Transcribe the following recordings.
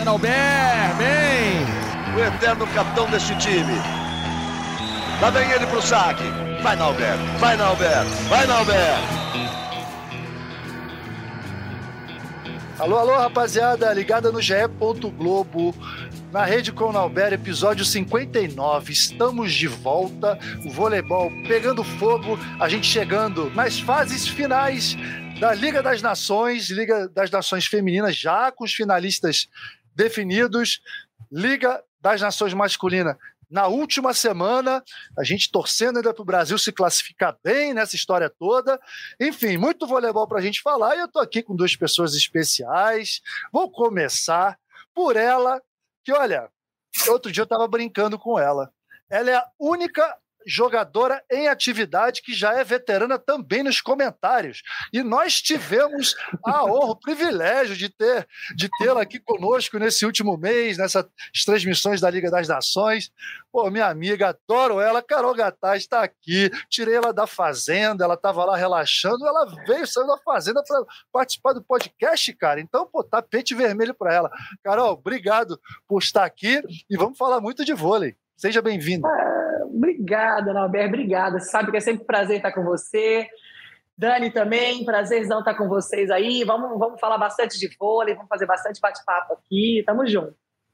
Nauber, bem! O eterno capitão deste time. Lá vem ele pro saque. Vai, Nauber, vai, Nauber, vai, Nauber! Alô, alô, rapaziada, ligada no GE. Globo, na Rede com Nauber, episódio 59. Estamos de volta, o voleibol pegando fogo, a gente chegando nas fases finais da Liga das Nações Femininas, já com os finalistas definidos, Liga das Nações Masculina. Na última semana, a gente torcendo ainda para o Brasil se classificar bem nessa história toda. Enfim, muito voleibol para a gente falar. E eu estou aqui com duas pessoas especiais. Vou começar por ela, que olha, outro dia eu estava brincando com ela. Ela é a única jogadora em atividade que já é veterana também nos comentários. E nós tivemos a honra, o privilégio de tê-la aqui conosco nesse último mês, nessas transmissões da Liga das Nações. Pô, minha amiga, adoro ela. Carol Gataz está aqui. Tirei ela da fazenda, ela estava lá relaxando, ela saiu da fazenda para participar do podcast, cara. Então, pô, tapete vermelho para ela. Carol, obrigado por estar aqui e vamos falar muito de vôlei. Seja bem-vinda. Obrigada, Nauber, obrigada. Você sabe que é sempre um prazer estar com você. Dani também, prazerzão estar com vocês aí. Vamos falar bastante de vôlei, vamos fazer bastante bate-papo aqui. Tamo junto.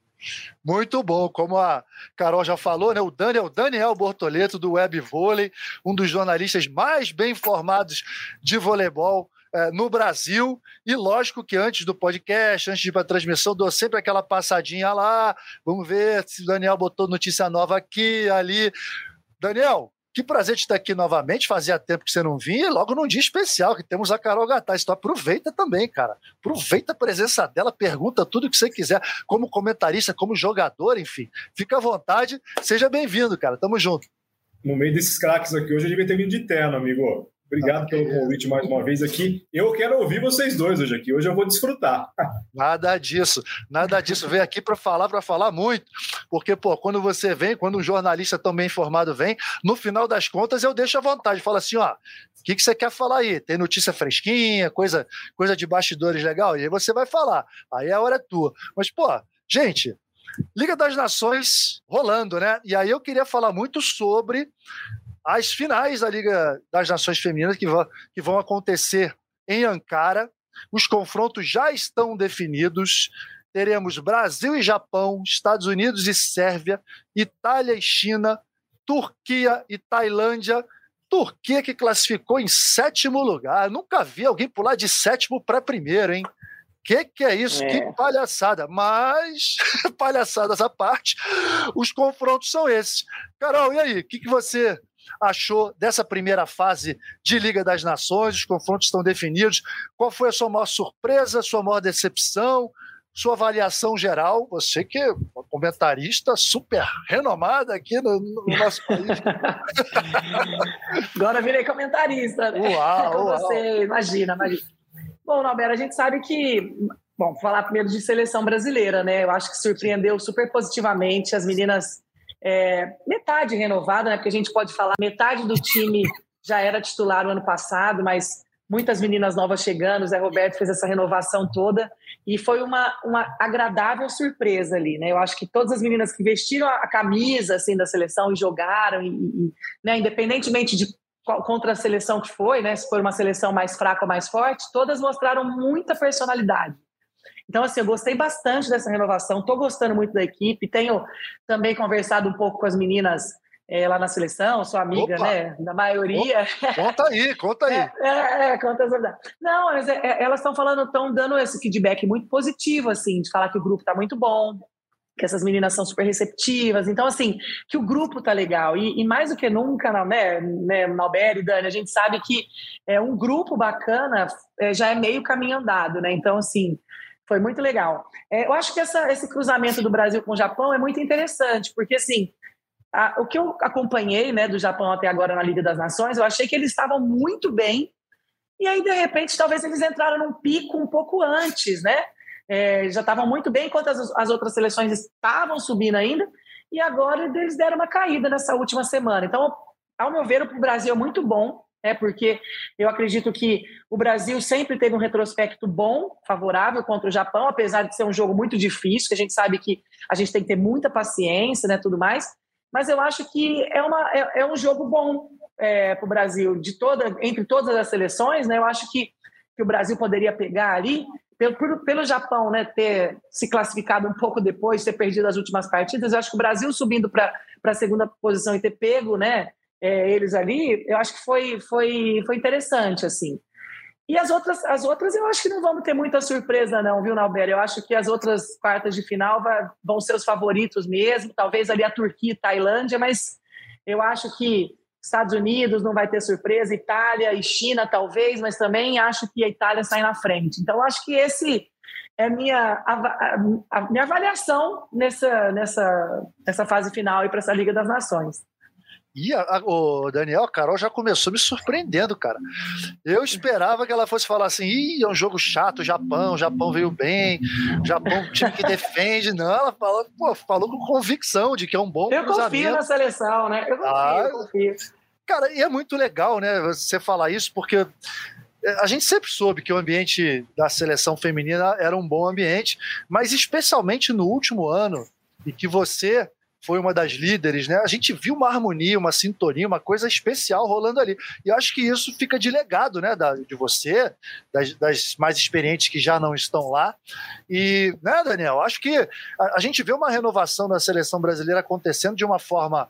Muito bom, como a Carol já falou, né? O Daniel Bortoleto do Web Vôlei, um dos jornalistas mais bem informados de voleibol no Brasil. E lógico que antes do podcast, antes de ir para a transmissão, dou sempre aquela passadinha lá, vamos ver se o Daniel botou notícia nova aqui, ali. Daniel, que prazer de estar aqui novamente, fazia tempo que você não vinha, e logo num dia especial, que temos a Carol Gataz, então aproveita também, cara, aproveita a presença dela, pergunta tudo o que você quiser, como comentarista, como jogador, enfim, fica à vontade, seja bem-vindo, cara, tamo junto. No meio desses craques aqui, hoje eu devia ter vindo de terno, amigo. Obrigado pelo convite mais uma vez aqui. Eu quero ouvir vocês dois hoje aqui. Hoje eu vou desfrutar. Nada disso. Vem aqui para falar muito. Porque, pô, quando você vem, quando um jornalista tão bem informado vem, no final das contas eu deixo à vontade. Falo assim, ó, o que você quer falar aí? Tem notícia fresquinha, coisa de bastidores legal? E aí você vai falar. Aí a hora é tua. Mas, pô, gente, Liga das Nações rolando, né? E aí eu queria falar muito sobre as finais da Liga das Nações Femininas que vão acontecer em Ankara. Os confrontos já estão definidos. Teremos Brasil e Japão, Estados Unidos e Sérvia, Itália e China, Turquia e Tailândia. Turquia que classificou em 7º lugar. Eu nunca vi alguém pular de 7º para primeiro, hein? Que é isso? Que palhaçada. Mas, palhaçadas à parte, os confrontos são esses. Carol, e aí? O que você achou dessa primeira fase de Liga das Nações? Os confrontos estão definidos. Qual foi a sua maior surpresa, sua maior decepção, sua avaliação geral? Você que é uma comentarista super renomada aqui no nosso país. Agora virei comentarista, né? Uau! Você, imagina. Bom, Nauber, a gente sabe que... Bom, falar primeiro de seleção brasileira, né? Eu acho que surpreendeu super positivamente as meninas... metade renovada, né? Porque a gente pode falar, metade do time já era titular o ano passado, mas muitas meninas novas chegando, o Zé Roberto fez essa renovação toda e foi uma agradável surpresa ali, né? Eu acho que todas as meninas que vestiram a camisa assim, da seleção e jogaram, né? Independentemente de contra a seleção que foi, né? Se for uma seleção mais fraca ou mais forte, todas mostraram muita personalidade. Então, assim, eu gostei bastante dessa renovação, estou gostando muito da equipe, tenho também conversado um pouco com as meninas lá na seleção, sou amiga, né, da maioria. Conta aí. Conta as verdades. Não, mas elas estão dando esse feedback muito positivo, assim, de falar que o grupo está muito bom, que essas meninas são super receptivas, então, assim, que o grupo tá legal, e mais do que nunca, né, Nauber e Dani, a gente sabe que um grupo bacana já é meio caminho andado, né, então, assim, foi muito legal. Eu acho que esse cruzamento do Brasil com o Japão é muito interessante, porque, assim, o que eu acompanhei, né, do Japão até agora na Liga das Nações, eu achei que eles estavam muito bem, e aí, de repente, talvez eles entraram num pico um pouco antes, né, já estavam muito bem, enquanto as outras seleções estavam subindo ainda, e agora eles deram uma caída nessa última semana. Então, ao meu ver, o Brasil é muito bom, porque eu acredito que o Brasil sempre teve um retrospecto bom, favorável contra o Japão, apesar de ser um jogo muito difícil, que a gente sabe que a gente tem que ter muita paciência, né, tudo mais, mas eu acho que é um jogo bom para o Brasil, entre todas as seleções, né, eu acho que o Brasil poderia pegar ali, pelo Japão, né, ter se classificado um pouco depois, ter perdido as últimas partidas, eu acho que o Brasil subindo para a segunda posição e ter pego, né, eles ali, eu acho que foi interessante, assim. E as outras eu acho que não vamos ter muita surpresa não, viu, Nauber? Eu acho que as outras quartas de final vão ser os favoritos mesmo, talvez ali a Turquia e Tailândia, mas eu acho que Estados Unidos não vai ter surpresa, Itália e China talvez, mas também acho que a Itália sai na frente. Então, acho que esse é a minha avaliação nessa fase final e para essa Liga das Nações. E o Daniel, a Carol já começou me surpreendendo, cara. Eu esperava que ela fosse falar assim, é um jogo chato, o Japão veio bem, o Japão é um time que defende. Não, ela falou com convicção de que é um bom cruzamento. Eu confio na seleção, né? Eu confio. Cara, e é muito legal, né, você falar isso, porque a gente sempre soube que o ambiente da seleção feminina era um bom ambiente, mas especialmente no último ano, e que você foi uma das líderes, né? A gente viu uma harmonia, uma sintonia, uma coisa especial rolando ali. E eu acho que isso fica de legado, né? De você, das mais experientes que já não estão lá. E, né, Daniel? Acho que a gente vê uma renovação da seleção brasileira acontecendo de uma forma...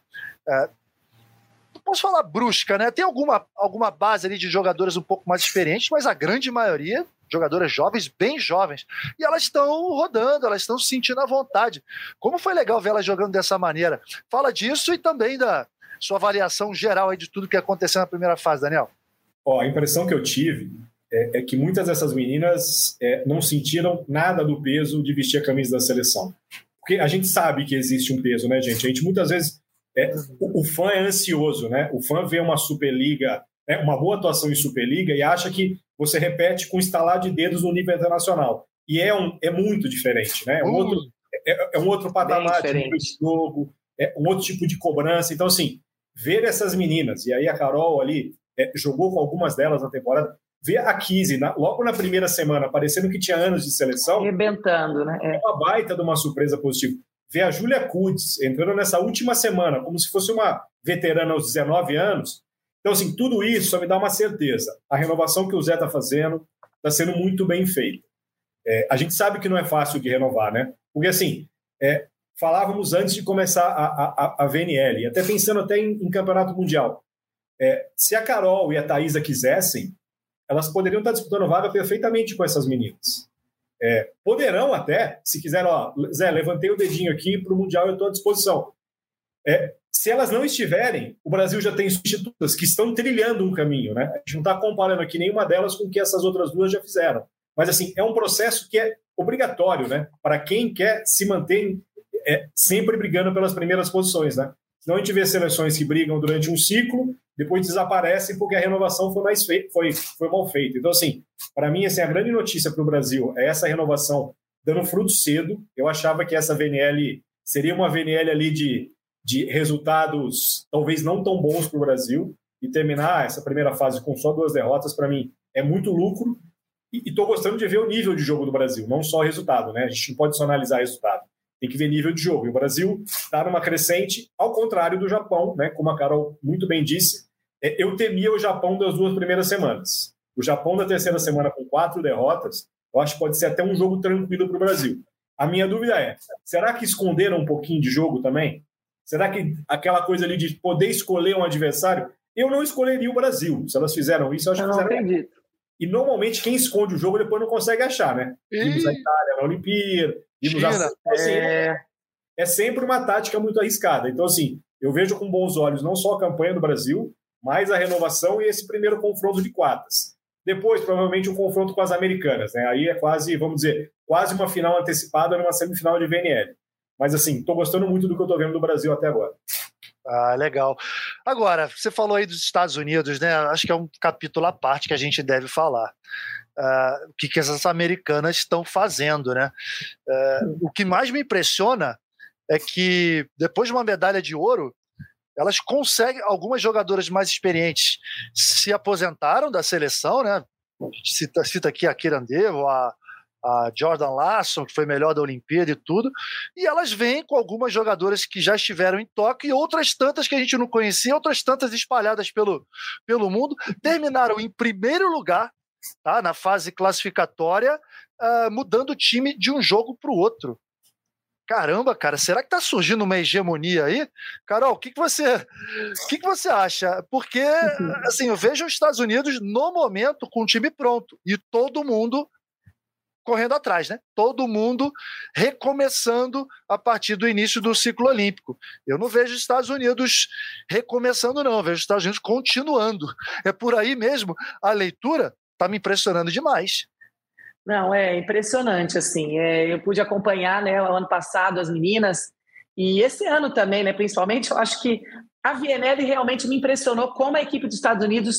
não posso falar brusca, né? Tem alguma base ali de jogadoras um pouco mais experientes, mas a grande maioria... jogadoras jovens, bem jovens, e elas estão rodando, elas estão se sentindo à vontade. Como foi legal ver elas jogando dessa maneira. Fala disso e também da sua avaliação geral aí de tudo que aconteceu na primeira fase, Daniel. A impressão que eu tive é que muitas dessas meninas não sentiram nada do peso de vestir a camisa da seleção. Porque a gente sabe que existe um peso, né, gente? A gente muitas vezes... o fã é ansioso, né? O fã vê uma Superliga, uma boa atuação em Superliga e acha que você repete com estalar de dedos no nível internacional. E é muito diferente, né? É um outro patamar de jogo, é um outro tipo de cobrança. Então, assim, ver essas meninas, e aí a Carol ali jogou com algumas delas na temporada, ver a Kizzy logo na primeira semana, parecendo que tinha anos de seleção... Arrebentando, né? É uma baita de uma surpresa positiva. Ver a Júlia Kudes entrando nessa última semana, como se fosse uma veterana aos 19 anos... Então, assim, tudo isso só me dá uma certeza. A renovação que o Zé está fazendo está sendo muito bem feita. A gente sabe que não é fácil de renovar, né? Porque, assim, falávamos antes de começar a VNL, até pensando até em campeonato mundial. Se a Carol e a Thaísa quisessem, elas poderiam estar disputando vaga perfeitamente com essas meninas. Poderão até, se quiserem, Zé, levantei o dedinho aqui para o Mundial, eu estou à disposição. Se elas não estiverem, o Brasil já tem substitutas que estão trilhando um caminho, né? A gente não está comparando aqui nenhuma delas com o que essas outras duas já fizeram. Mas, assim, é um processo que é obrigatório, né? Para quem quer se manter sempre brigando pelas primeiras posições, né? Senão a gente vê seleções que brigam durante um ciclo, depois desaparecem porque a renovação foi mal feita. Então, assim, para mim, assim, a grande notícia para o Brasil é essa renovação dando fruto cedo. Eu achava que essa VNL seria uma VNL ali de resultados talvez não tão bons para o Brasil, e terminar essa primeira fase com só 2 derrotas, para mim, é muito lucro, e estou gostando de ver o nível de jogo do Brasil, não só o resultado, né? A gente não pode só analisar resultado, tem que ver nível de jogo, e o Brasil está numa crescente, ao contrário do Japão, né? Como a Carol muito bem disse, eu temia o Japão das 2 primeiras semanas. O Japão da terceira semana com 4 derrotas, eu acho que pode ser até um jogo tranquilo para o Brasil. A minha dúvida é, será que esconderam um pouquinho de jogo também? Será que aquela coisa ali de poder escolher um adversário, eu não escolheria o Brasil. Se elas fizeram isso, eu acho que fizeram. Não acredito. E normalmente quem esconde o jogo depois não consegue achar, né? Vimos a Itália na Olimpíada, vimos assim, é sempre uma tática muito arriscada. Então, assim, eu vejo com bons olhos não só a campanha do Brasil, mas a renovação e esse primeiro confronto de quartas. Depois, provavelmente, um confronto com as americanas, né? Aí é quase, vamos dizer, quase uma final antecipada numa semifinal de VNL. Mas, assim, estou gostando muito do que eu estou vendo do Brasil até agora. Ah, legal. Agora, você falou aí dos Estados Unidos, né? Acho que é um capítulo à parte que a gente deve falar. O que essas americanas estão fazendo, né? O que mais me impressiona é que, depois de uma medalha de ouro, elas conseguem, algumas jogadoras mais experientes se aposentaram da seleção, né? Cita aqui a Kieran Devil, a Jordan Larson, que foi melhor da Olimpíada e tudo, e elas vêm com algumas jogadoras que já estiveram em Tóquio e outras tantas que a gente não conhecia, outras tantas espalhadas pelo mundo, terminaram em primeiro lugar, tá, na fase classificatória, mudando o time de um jogo para o outro. Caramba, cara, será que está surgindo uma hegemonia aí? Carol, o que você acha? Porque, assim, eu vejo os Estados Unidos, no momento, com o time pronto, e todo mundo correndo atrás, né? Todo mundo recomeçando a partir do início do ciclo olímpico. Eu não vejo os Estados Unidos recomeçando, não. Eu vejo os Estados Unidos continuando. É por aí mesmo. A leitura está me impressionando demais. Não, é impressionante, assim. Eu pude acompanhar, né, o ano passado as meninas, e esse ano também, né, principalmente, eu acho que a VNL realmente me impressionou como a equipe dos Estados Unidos,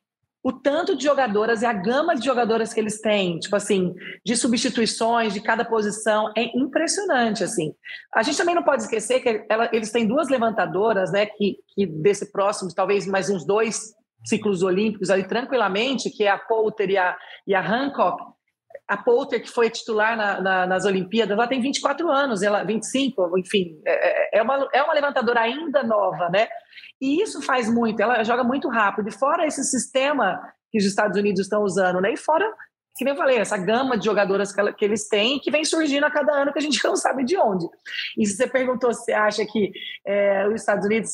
o tanto de jogadoras e a gama de jogadoras que eles têm, tipo assim, de substituições, de cada posição, é impressionante, assim. A gente também não pode esquecer que eles têm 2 levantadoras, né, que desse próximo, talvez mais uns 2 ciclos olímpicos ali, tranquilamente, que é a Poulter e a Hancock. A Poulter, que foi titular nas Olimpíadas, ela tem 24 anos, ela 25, enfim, é uma levantadora ainda nova, né? E isso faz muito, ela joga muito rápido. E fora esse sistema que os Estados Unidos estão usando, né? E fora, que nem eu falei, essa gama de jogadoras que eles têm, que vem surgindo a cada ano, que a gente não sabe de onde. E se você perguntou se você acha que os Estados Unidos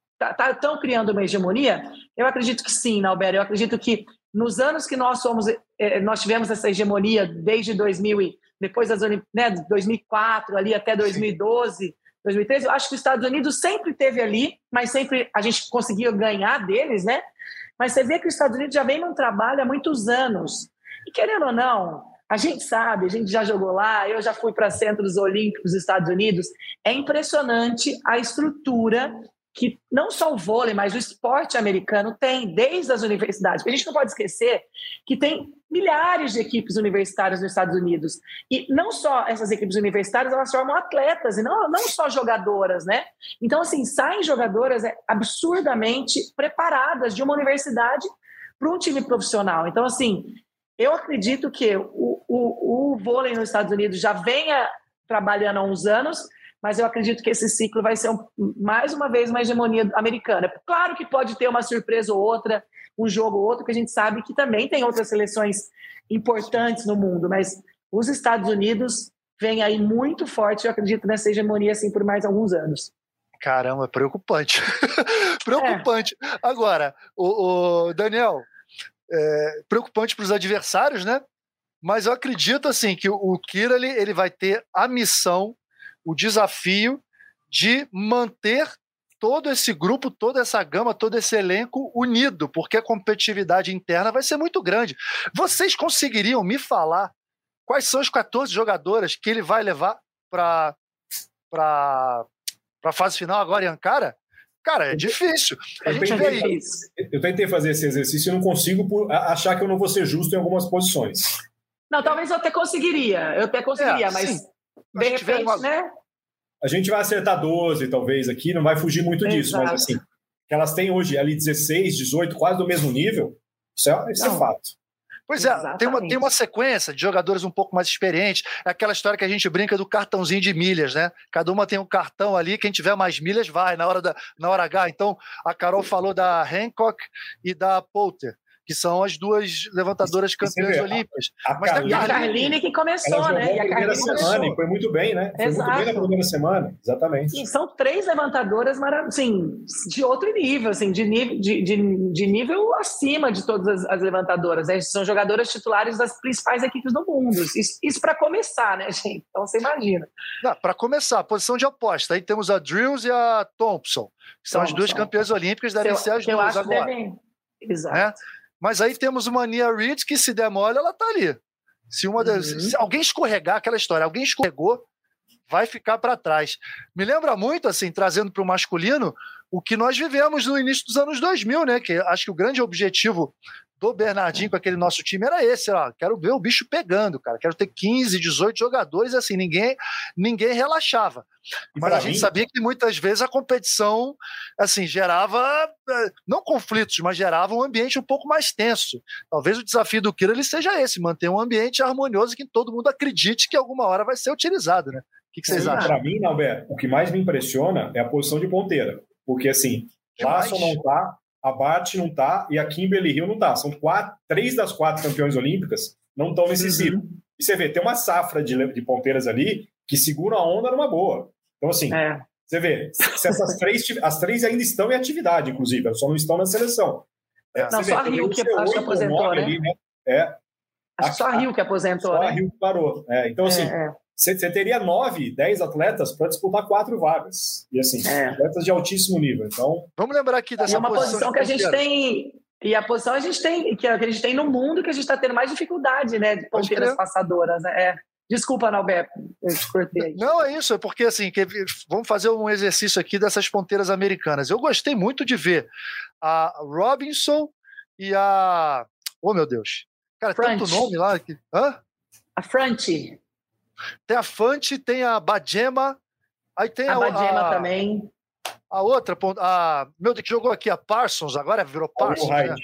estão criando uma hegemonia, eu acredito que sim, Nauber. Eu acredito que nos anos que nós tivemos essa hegemonia desde 2000 depois das Olimpíadas, né, 2004 ali até 2012, 2013, eu acho que os Estados Unidos sempre teve ali, mas sempre a gente conseguia ganhar deles, né? Mas você vê que os Estados Unidos já vem num trabalho há muitos anos. E querendo ou não, a gente sabe, a gente já jogou lá, eu já fui para Centros Olímpicos dos Estados Unidos, é impressionante a estrutura que não só o vôlei, mas o esporte americano tem desde as universidades. Porque a gente não pode esquecer que tem milhares de equipes universitárias nos Estados Unidos. E não só essas equipes universitárias, elas formam atletas, e não só jogadoras, né? Então, assim, saem jogadoras absurdamente preparadas de uma universidade para um time profissional. Então, assim, eu acredito que o vôlei nos Estados Unidos já venha trabalhando há uns anos, mas eu acredito que esse ciclo vai ser, mais uma vez, uma hegemonia americana. Claro que pode ter uma surpresa ou outra, um jogo ou outro, que a gente sabe que também tem outras seleções importantes no mundo, mas os Estados Unidos vêm aí muito forte, eu acredito, nessa hegemonia assim, por mais alguns anos. Caramba, preocupante. Preocupante. Agora, o Daniel, preocupante para os adversários, né? Mas eu acredito assim, que o Kira ele vai ter a missão, o desafio de manter todo esse grupo, toda essa gama, todo esse elenco unido, porque a competitividade interna vai ser muito grande. Vocês conseguiriam me falar quais são as 14 jogadoras que ele vai levar para a fase final agora em Ankara? Cara, é difícil. Eu tentei fazer esse exercício e não consigo por achar que eu não vou ser justo em algumas posições. Não, talvez eu até conseguiria, mas sim. De repente, né? A gente vai acertar 12, talvez, aqui, não vai fugir muito disso, mas assim, que elas têm hoje ali 16, 18, quase do mesmo nível, isso é fato. Pois é, tem uma sequência de jogadores um pouco mais experientes, é aquela história que a gente brinca do cartãozinho de milhas, né? Cada uma tem um cartão ali, quem tiver mais milhas vai, na hora H. Então, a Carol falou da Hancock e da Poulter, que são as 2 levantadoras campeãs olímpicas. E a Carline que começou, né? E a primeira semana e foi muito bem, né? Foi muito bem na primeira semana, exatamente. Sim, são 3 levantadoras assim, de outro nível, assim, de nível acima de todas as levantadoras. Né? São jogadoras titulares das principais equipes do mundo. Isso para começar, né, gente? Então você imagina. Para começar, posição de aposta. Aí temos a Drills e a Thompson, que são as 2 campeãs olímpicas, devem ser as 2 agora. Exato. Mas aí temos uma Nia Reed que, se der mole, ela tá ali. Se alguém escorregar, aquela história, alguém escorregou, vai ficar para trás. Me lembra muito, assim, trazendo para o masculino, o que nós vivemos no início dos anos 2000, né? Que acho que o grande objetivo do Bernardinho com aquele nosso time era esse, ó, quero ver o bicho pegando, cara, quero ter 15, 18 jogadores, assim, ninguém relaxava. Mas a gente sabia que muitas vezes a competição, assim, gerava, não conflitos, mas gerava um ambiente um pouco mais tenso. Talvez o desafio do Kira ele seja esse, manter um ambiente harmonioso que todo mundo acredite que alguma hora vai ser utilizado, né? O que vocês acham? Para mim, Alberto, o que mais me impressiona é a posição de ponteira. Porque, assim, Lasso não tá, a Bart não tá e a Kimberly Hill não tá. São 3 das 4 campeões olímpicas não estão nesse ciclo. E você vê, tem uma safra de ponteiras ali que segura a onda numa boa. Então, assim, você vê, se as 3 ainda estão em atividade, inclusive, elas só não estão na seleção. Não, só a Hill que aposentou, né? Ali, né? Acho que só a Hill que aposentou, só né? a Hill que parou. Então, assim... Você teria 9, 10 atletas para disputar 4 vagas. E assim, atletas de altíssimo nível. Então, vamos lembrar aqui dessa posição que a gente tem. E a posição a gente tem, que a gente tem no mundo, que a gente está tendo mais dificuldade, né? De ponteiras passadoras. Né? Desculpa, Norberto, eu te cortei. Não, é isso, é porque assim, vamos fazer um exercício aqui dessas ponteiras americanas. Eu gostei muito de ver a Robinson e a... Oh, meu Deus. Cara, tanto nome lá. A Fante. Tem a Fante, tem a Bajema, aí tem a Bajema também. A outra, meu Deus, que jogou aqui, a Parsons, agora virou Parsons.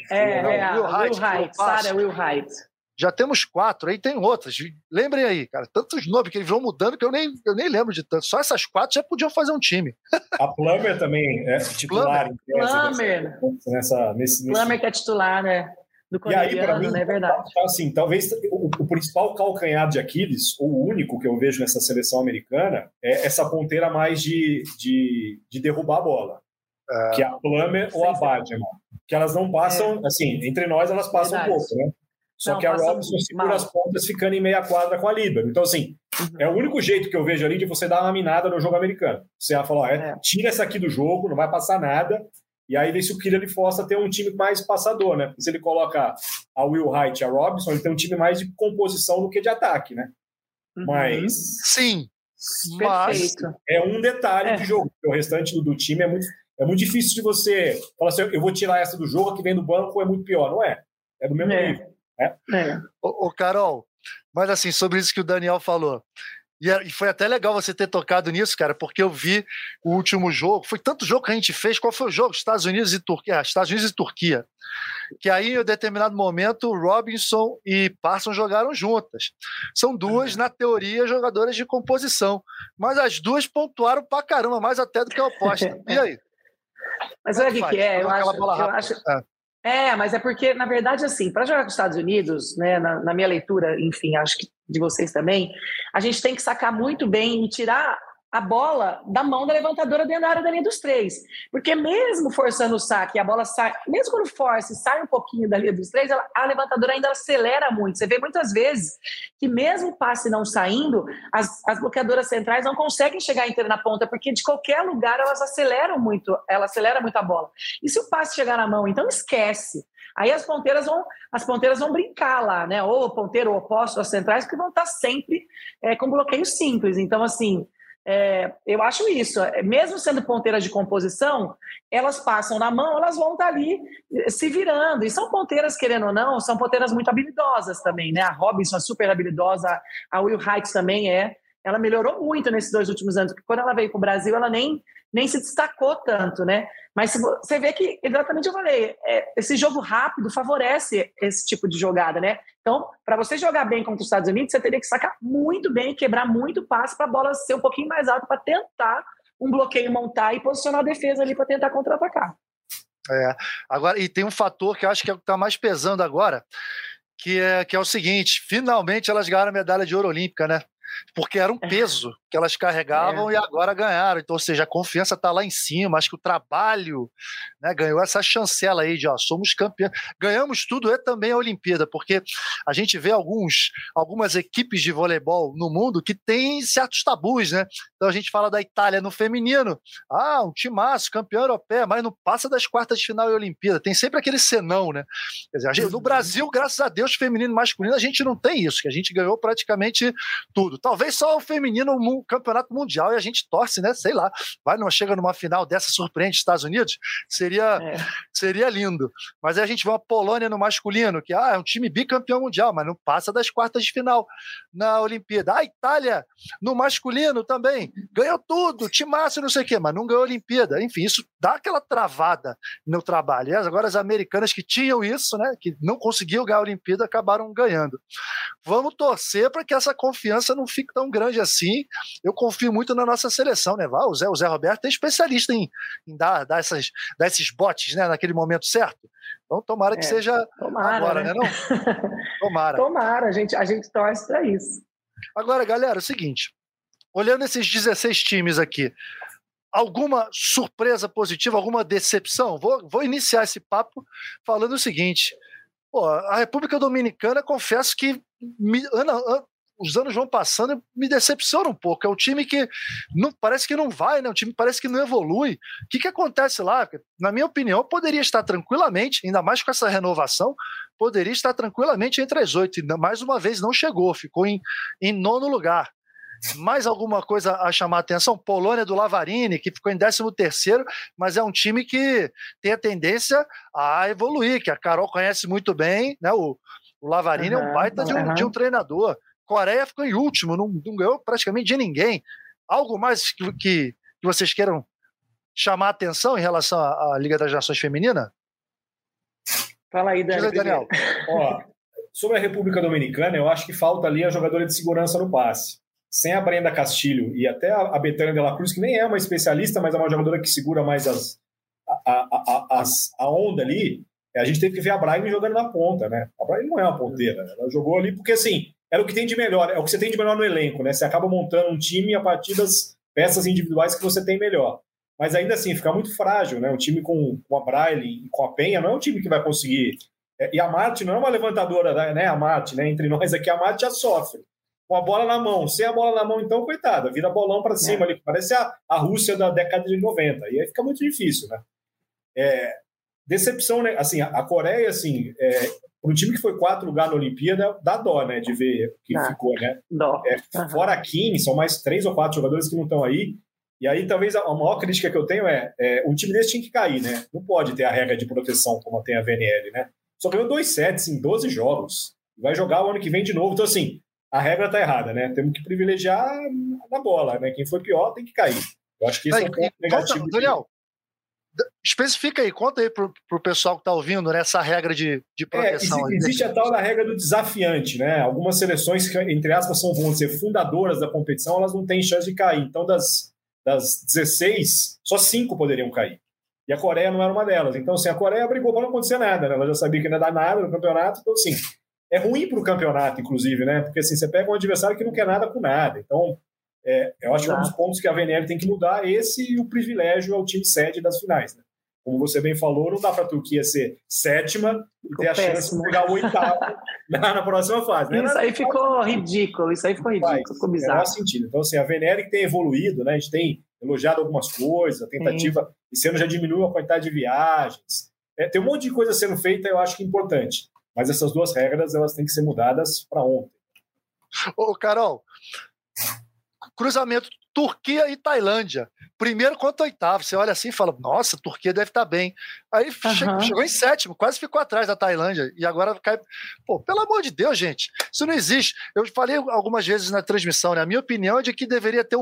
Will Height, Sarah Will Height. Já temos 4, aí tem outras. Lembrem aí, cara, tantos nomes que eles vão mudando que eu nem lembro de tanto. Só essas 4 já podiam fazer um time. A Plummer também é titular. Plummer. Plummer que é titular, né? Do coreano, não é verdade. Assim, talvez o principal calcanhar de Aquiles, ou o único que eu vejo nessa seleção americana, é essa ponteira mais de derrubar a bola. Que é a Plummer ou a Bajema. Que elas não passam, assim, entre nós elas passam um pouco, né? Só que a Robinson segura as pontas ficando em meia quadra com a líbero. Então, assim, é o único jeito que eu vejo ali de você dar uma minada no jogo americano. Você vai falar, tira essa aqui do jogo, não vai passar nada. E aí vê se o Kira ele força ter um time mais passador, né? Porque se ele coloca a Will Height e a Robinson, ele tem um time mais de composição do que de ataque, né? Mas... Sim. Mas é um detalhe de jogo. O restante do time é muito difícil de você falar assim, eu vou tirar essa do jogo, a que vem do banco é muito pior. Não é. É do mesmo nível. Ô, Carol, mas assim, sobre isso que o Daniel falou, e foi até legal você ter tocado nisso, cara, porque eu vi o último jogo, foi tanto jogo que a gente fez, qual foi o jogo? Estados Unidos e Turquia, que aí em um determinado momento Robinson e Parsons jogaram juntas. São duas, na teoria, jogadoras de composição, mas as duas pontuaram pra caramba, mais até do que a oposta. E aí? Mas olha o que é, eu acho... mas é porque, na verdade, assim, para jogar com os Estados Unidos, né, na minha leitura, enfim, acho que de vocês também, a gente tem que sacar muito bem e tirar a bola da mão da levantadora dentro da área da linha dos 3. Porque mesmo forçando o saque, a bola sai, mesmo quando força e sai um pouquinho da linha dos 3, a levantadora ainda acelera muito. Você vê muitas vezes que mesmo o passe não saindo, as bloqueadoras centrais não conseguem chegar inteira na ponta, porque de qualquer lugar ela acelera muito a bola. E se o passe chegar na mão, então esquece. Aí as ponteiras vão brincar lá, né? Ou o ponteiro oposto às centrais, que vão estar sempre com bloqueio simples. Então, assim, eu acho isso. Mesmo sendo ponteiras de composição, elas passam na mão, elas vão estar ali se virando. E são ponteiras, querendo ou não, são ponteiras muito habilidosas também, né? A Robinson é super habilidosa, a Will Height também é. Ela melhorou muito nesses 2 últimos anos, porque quando ela veio para o Brasil, ela nem se destacou tanto, né? Mas você vê que, exatamente eu falei, esse jogo rápido favorece esse tipo de jogada, né? Então, para você jogar bem contra os Estados Unidos, você teria que sacar muito bem, quebrar muito passe para a bola ser um pouquinho mais alta para tentar um bloqueio montar e posicionar a defesa ali para tentar contra-atacar. Agora, e tem um fator que eu acho que é o que está mais pesando agora, que é o seguinte, finalmente elas ganharam a medalha de ouro olímpica, né? Porque era um peso que elas carregavam e agora ganharam. Então, ou seja, a confiança está lá em cima. Acho que o trabalho, né, ganhou essa chancela aí de somos campeões. Ganhamos tudo e também a Olimpíada, porque a gente vê algumas equipes de voleibol no mundo que têm certos tabus, né? Então a gente fala da Itália no feminino, um timaço, campeão europeu, mas não passa das quartas de final e Olimpíada. Tem sempre aquele senão, né? Quer dizer, no Brasil, graças a Deus, feminino e masculino, a gente não tem isso, que a gente ganhou praticamente tudo. talvez só o feminino campeonato mundial e a gente torce, né? Sei lá, não chega numa final dessa, surpreende os Estados Unidos, seria lindo. Mas aí a gente vê uma Polônia no masculino, que é um time bicampeão mundial, mas não passa das quartas de final na Olimpíada. A Itália no masculino também, ganhou tudo, timaço, não sei o quê, mas não ganhou a Olimpíada. Enfim, isso dá aquela travada no trabalho. E agora as americanas que tinham isso, né, que não conseguiam ganhar a Olimpíada, acabaram ganhando. Vamos torcer para que essa confiança não fique tão grande assim. Eu confio muito na nossa seleção, né? O Zé Roberto é especialista em dar esses botes, né, naquele momento certo. Então tomara que seja agora, né? Não? Tomara, a gente torce para isso. Agora, galera, é o seguinte, olhando esses 16 times aqui, alguma surpresa positiva, alguma decepção? Vou iniciar esse papo falando o seguinte, a República Dominicana, confesso que os anos vão passando e me decepciona um pouco. É um time que parece que não vai, né? Um time que parece que não evolui. O que acontece lá? Na minha opinião, poderia estar tranquilamente, ainda mais com essa renovação, poderia estar tranquilamente entre as 8. E mais uma vez não chegou, ficou em 9º lugar. Mais alguma coisa a chamar a atenção? Polônia do Lavarini, que ficou em 13º, mas é um time que tem a tendência a evoluir, que a Carol conhece muito bem, né? O Lavarini é um baita de um treinador. Coreia ficou em último, não ganhou praticamente de ninguém. Algo mais que vocês queiram chamar a atenção em relação à Liga das Nações Feminina? Fala aí, Daniel. Sobre a República Dominicana, eu acho que falta ali a jogadora de segurança no passe. Sem a Brenda Castilho e até a Betânia de la Cruz, que nem é uma especialista, mas é uma jogadora que segura mais a onda ali, a gente teve que ver a Braille jogando na ponta, né? A Braille não é uma ponteira, né? Ela jogou ali porque, assim, era o que tem de melhor, é o que você tem de melhor no elenco, né? Você acaba montando um time a partir das peças individuais que você tem melhor. Mas ainda assim, fica muito frágil, né? Um time com a Braille e com a Penha não é um time que vai conseguir. E a Marte não é uma levantadora, né? A Marte, né? Entre nós aqui, a Marte já sofre. Com a bola na mão. Sem a bola na mão, então, coitada, vira bolão para cima ali, parece a Rússia da década de 90. E aí fica muito difícil, né? Decepção, né? Assim, a Coreia, assim, para um time que foi 4º lugar na Olimpíada, dá dó, né? De ver o que ficou, né? Dó. Fora a Kim, são mais 3 ou 4 jogadores que não estão aí. E aí, talvez, a maior crítica que eu tenho um time desse tinha que cair, né? Não pode ter a regra de proteção como tem a VNL, né? Só ganhou 2 sets em 12 jogos. Vai jogar o ano que vem de novo. Então, assim, a regra tá errada, né? Temos que privilegiar na bola, né? Quem foi pior tem que cair. Eu acho que isso é um ponto negativo. Daniel, especifica aí, conta aí pro pessoal que tá ouvindo, né, essa regra de proteção. Existe a tal da regra do desafiante, né? Algumas vão ser fundadoras da competição, elas não têm chance de cair. Então, das 16, só 5 poderiam cair. E a Coreia não era uma delas. Então, assim, a Coreia brigou para não acontecer nada, né? Ela já sabia que não ia dar nada no campeonato. Então, assim, é ruim para o campeonato, inclusive, né? Porque, assim, você pega um adversário que não quer nada com nada. Então, eu acho que um dos pontos que a VNL tem que mudar é esse e o privilégio ao time sede das finais, né? Como você bem falou, não dá para a Turquia ser 7ª e ter a chance de pegar o 8º na próxima fase. Né? Isso aí ficou ridículo, ficou bizarro. Não sentido. Então, assim, a VNL que tem evoluído, né? A gente tem elogiado algumas coisas, a tentativa, esse ano já diminuiu a quantidade de viagens. Tem um monte de coisa sendo feita, eu acho que é importante. Mas essas 2 regras, elas têm que ser mudadas para ontem. Ô, Carol, cruzamento Turquia e Tailândia. Primeiro contra 8º. Você olha assim e fala, nossa, a Turquia deve estar bem. Aí chegou em 7º, quase ficou atrás da Tailândia. E agora cai... Pô, pelo amor de Deus, gente. Isso não existe. Eu falei algumas vezes na transmissão, né? A minha opinião é de que deveria ter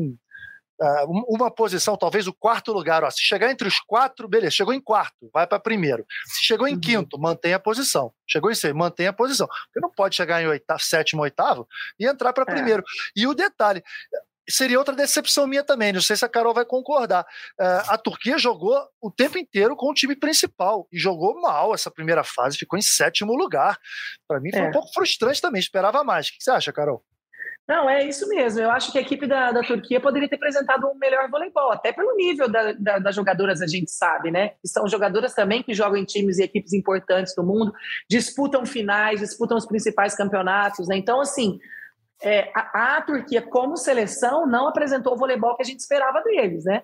uma posição, talvez o 4º lugar. Ó. Se chegar entre os 4, beleza. Chegou em 4º, vai para 1º. Se chegou em 5º, mantém a posição. Chegou em 6º, mantém a posição. Porque não pode chegar em 7º, 8º e entrar para 1º. E o detalhe... Seria outra decepção minha também, não sei se a Carol vai concordar. A Turquia jogou o tempo inteiro com o time principal e jogou mal essa primeira fase, ficou em 7º lugar. Para mim foi um pouco frustrante também, esperava mais. O que você acha, Carol? Não, é isso mesmo. Eu acho que a equipe da Turquia poderia ter apresentado um melhor voleibol, até pelo nível das jogadoras, a gente sabe, né? Que são jogadoras também que jogam em times e equipes importantes do mundo, disputam finais, disputam os principais campeonatos, né? Então, assim... a Turquia, como seleção, não apresentou o voleibol que a gente esperava deles, né?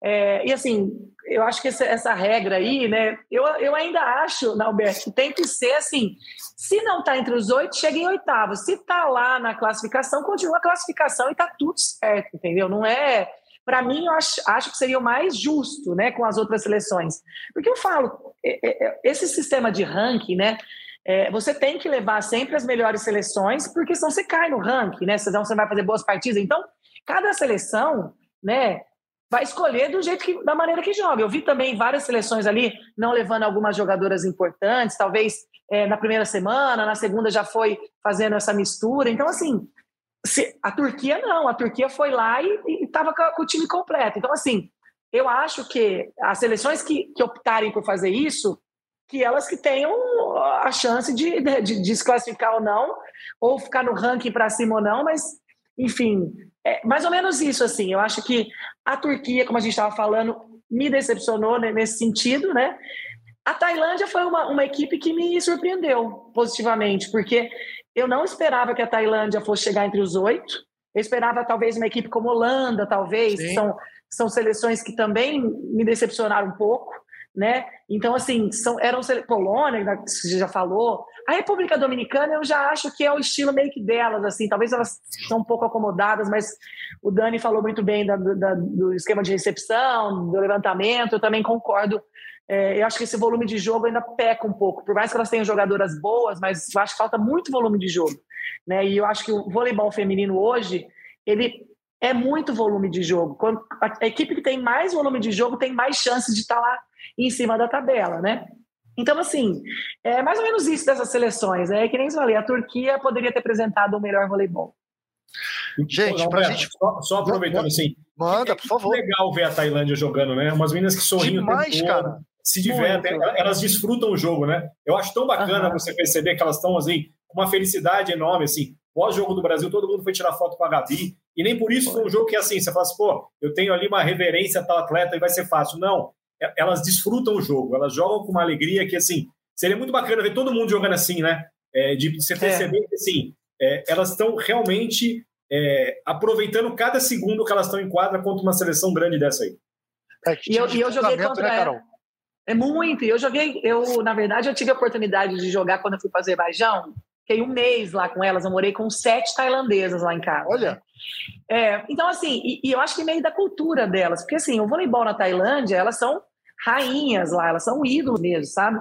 E assim, eu acho que essa regra aí, né? Eu ainda acho, Alberto, que tem que ser assim: se não está entre os 8, chega em oitavo. Se está lá na classificação, continua a classificação e está tudo certo, entendeu? Não é. Para mim, eu acho que seria o mais justo, né, com as outras seleções. Porque eu falo, esse sistema de ranking, né? Você tem que levar sempre as melhores seleções, porque senão você cai no ranking, né? Senão você vai fazer boas partidas. Então, cada seleção, né, vai escolher da maneira que joga. Eu vi também várias seleções ali não levando algumas jogadoras importantes, talvez na primeira semana, na segunda já foi fazendo essa mistura. Então, assim, a Turquia não. A Turquia foi lá e estava com o time completo. Então, assim, eu acho que as seleções que optarem por fazer isso, que elas que tenham a chance de desclassificar ou não, ou ficar no ranking para cima ou não, mas, enfim, mais ou menos isso, assim. Eu acho que a Turquia, como a gente estava falando, me decepcionou nesse sentido, né? A Tailândia foi uma equipe que me surpreendeu positivamente, porque eu não esperava que a Tailândia fosse chegar entre os 8. Eu esperava talvez uma equipe como Holanda, talvez, que são seleções que também me decepcionaram um pouco, né? Então, assim, Polônia, que você já falou. A República Dominicana, eu já acho que é o estilo meio que delas, assim. Talvez elas são um pouco acomodadas, mas o Dani falou muito bem do esquema de recepção, do levantamento, eu também concordo. Eu acho que esse volume de jogo ainda peca um pouco, por mais que elas tenham jogadoras boas, mas eu acho que falta muito volume de jogo, né? E eu acho que o voleibol feminino hoje, ele é muito volume de jogo. Quando a equipe que tem mais volume de jogo tem mais chances de estar lá em cima da tabela, né? Então, assim, é mais ou menos isso dessas seleções, né? Que nem eu falei, a Turquia poderia ter apresentado o melhor voleibol. Gente, pra gente... Só aproveitando, assim... Manda, por favor. É legal ver a Tailândia jogando, né? Umas meninas que sorriem demais, o tempo todo, cara. se divertem, elas desfrutam o jogo, né? Eu acho tão bacana você perceber que elas estão, assim, com uma felicidade enorme, assim. Pós-jogo do Brasil, todo mundo foi tirar foto com a Gabi, e nem por isso foi um jogo que, assim, você fala assim, pô, eu tenho ali uma reverência a tal atleta e vai ser fácil. Não, elas desfrutam o jogo, elas jogam com uma alegria que, assim, seria muito bacana ver todo mundo jogando assim, né? De você perceber que, assim, elas estão realmente aproveitando cada segundo que elas estão em quadra contra uma seleção grande dessa aí. E eu joguei contra ela. Muito. Na verdade, eu tive a oportunidade de jogar quando eu fui para o Azerbaijão. Fiquei um mês lá com elas. Eu morei com 7 tailandesas lá em casa. Olha! Então, assim, e eu acho que meio da cultura delas. Porque, assim, o voleibol na Tailândia, elas são rainhas lá, elas são ídolos mesmo, sabe?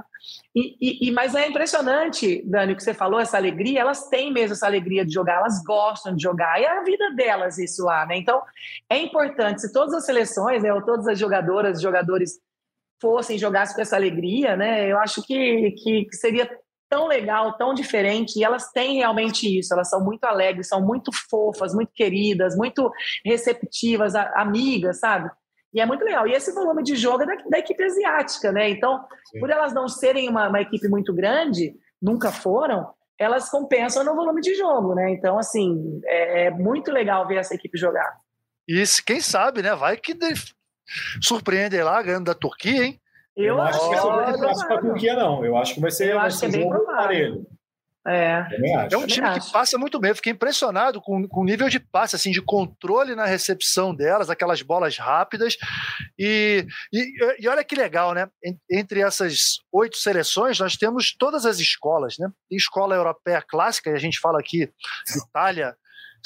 Mas é impressionante, Dani, o que você falou, essa alegria, elas têm mesmo essa alegria de jogar, elas gostam de jogar, e é a vida delas isso lá, né? Então, é importante, se todas as seleções, né, ou todas as jogadoras e jogadores fossem jogar com essa alegria, né, eu acho que seria tão legal, tão diferente, e elas têm realmente isso, elas são muito alegres, são muito fofas, muito queridas, muito receptivas, amigas, sabe? E é muito legal. E esse volume de jogo é da equipe asiática, né? Então, por elas não serem uma equipe muito grande, nunca foram, elas compensam no volume de jogo, né? Então, assim, é muito legal ver essa equipe jogar. E quem sabe, né? Vai que surpreende lá, ganhando da Turquia, hein? Eu acho que vai ser muito fácil para a Turquia, não. Eu acho que vai ser um jogo parelho. É um time que passa muito bem. Eu fiquei impressionado com o nível de passe, assim, de controle na recepção delas, aquelas bolas rápidas. E olha que legal, né? Entre essas 8 seleções, nós temos todas as escolas, né? Tem escola europeia clássica, e a gente fala aqui Itália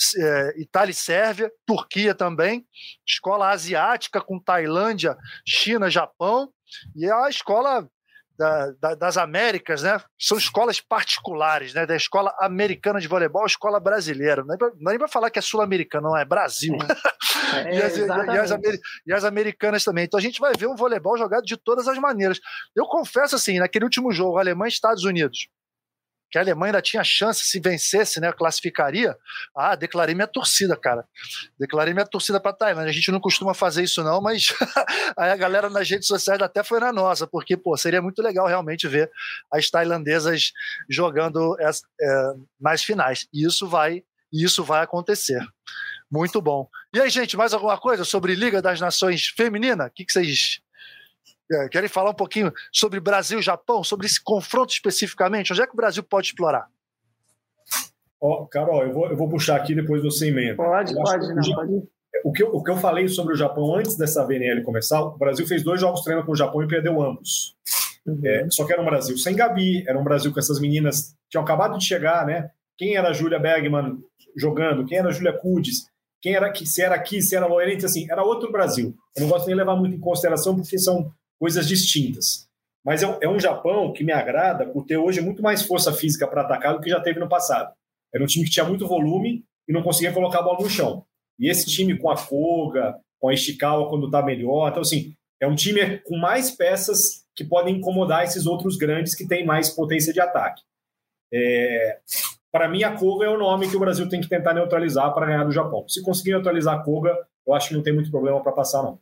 e Sérvia, Turquia também, escola asiática com Tailândia, China, Japão, e a escola das Américas, né? São escolas particulares, né? Da escola americana de voleibol, a escola brasileira. Não é nem para falar que é sul-americana, não, é Brasil. E as americanas também. Então a gente vai ver um voleibol jogado de todas as maneiras. Eu confesso assim, naquele último jogo, Alemanha e Estados Unidos, que a Alemanha ainda tinha chance, se vencesse, né, classificaria. Declarei minha torcida, cara. Declarei minha torcida para a Tailândia. A gente não costuma fazer isso não, mas aí a galera nas redes sociais até foi na nossa, porque, pô, seria muito legal realmente ver as tailandesas jogando nas finais. E isso vai acontecer. Muito bom. E aí, gente, mais alguma coisa sobre Liga das Nações Feminina? O que vocês... querem falar um pouquinho sobre Brasil e Japão, sobre esse confronto especificamente? Onde é que o Brasil pode explorar? Carol, eu vou puxar aqui, depois você emenda. Pode. o que eu falei sobre o Japão antes dessa VNL começar, o Brasil fez 2 jogos treino com o Japão e perdeu ambos. Só que era um Brasil sem Gabi, era um Brasil com essas meninas que tinham acabado de chegar, né? Quem era a Júlia Bergman jogando, quem era a Júlia Kudes, quem era se era aqui, se era Lorente, assim, era outro Brasil. Eu não gosto nem de levar muito em consideração porque são coisas distintas. Mas é um Japão que me agrada por ter hoje muito mais força física para atacar do que já teve no passado. Era um time que tinha muito volume e não conseguia colocar a bola no chão. E esse time com a Koga, com a Ishikawa quando está melhor, então assim, é um time com mais peças que podem incomodar esses outros grandes que têm mais potência de ataque. Para mim, a Koga é o nome que o Brasil tem que tentar neutralizar para ganhar do Japão. Se conseguir neutralizar a Koga, eu acho que não tem muito problema para passar, não.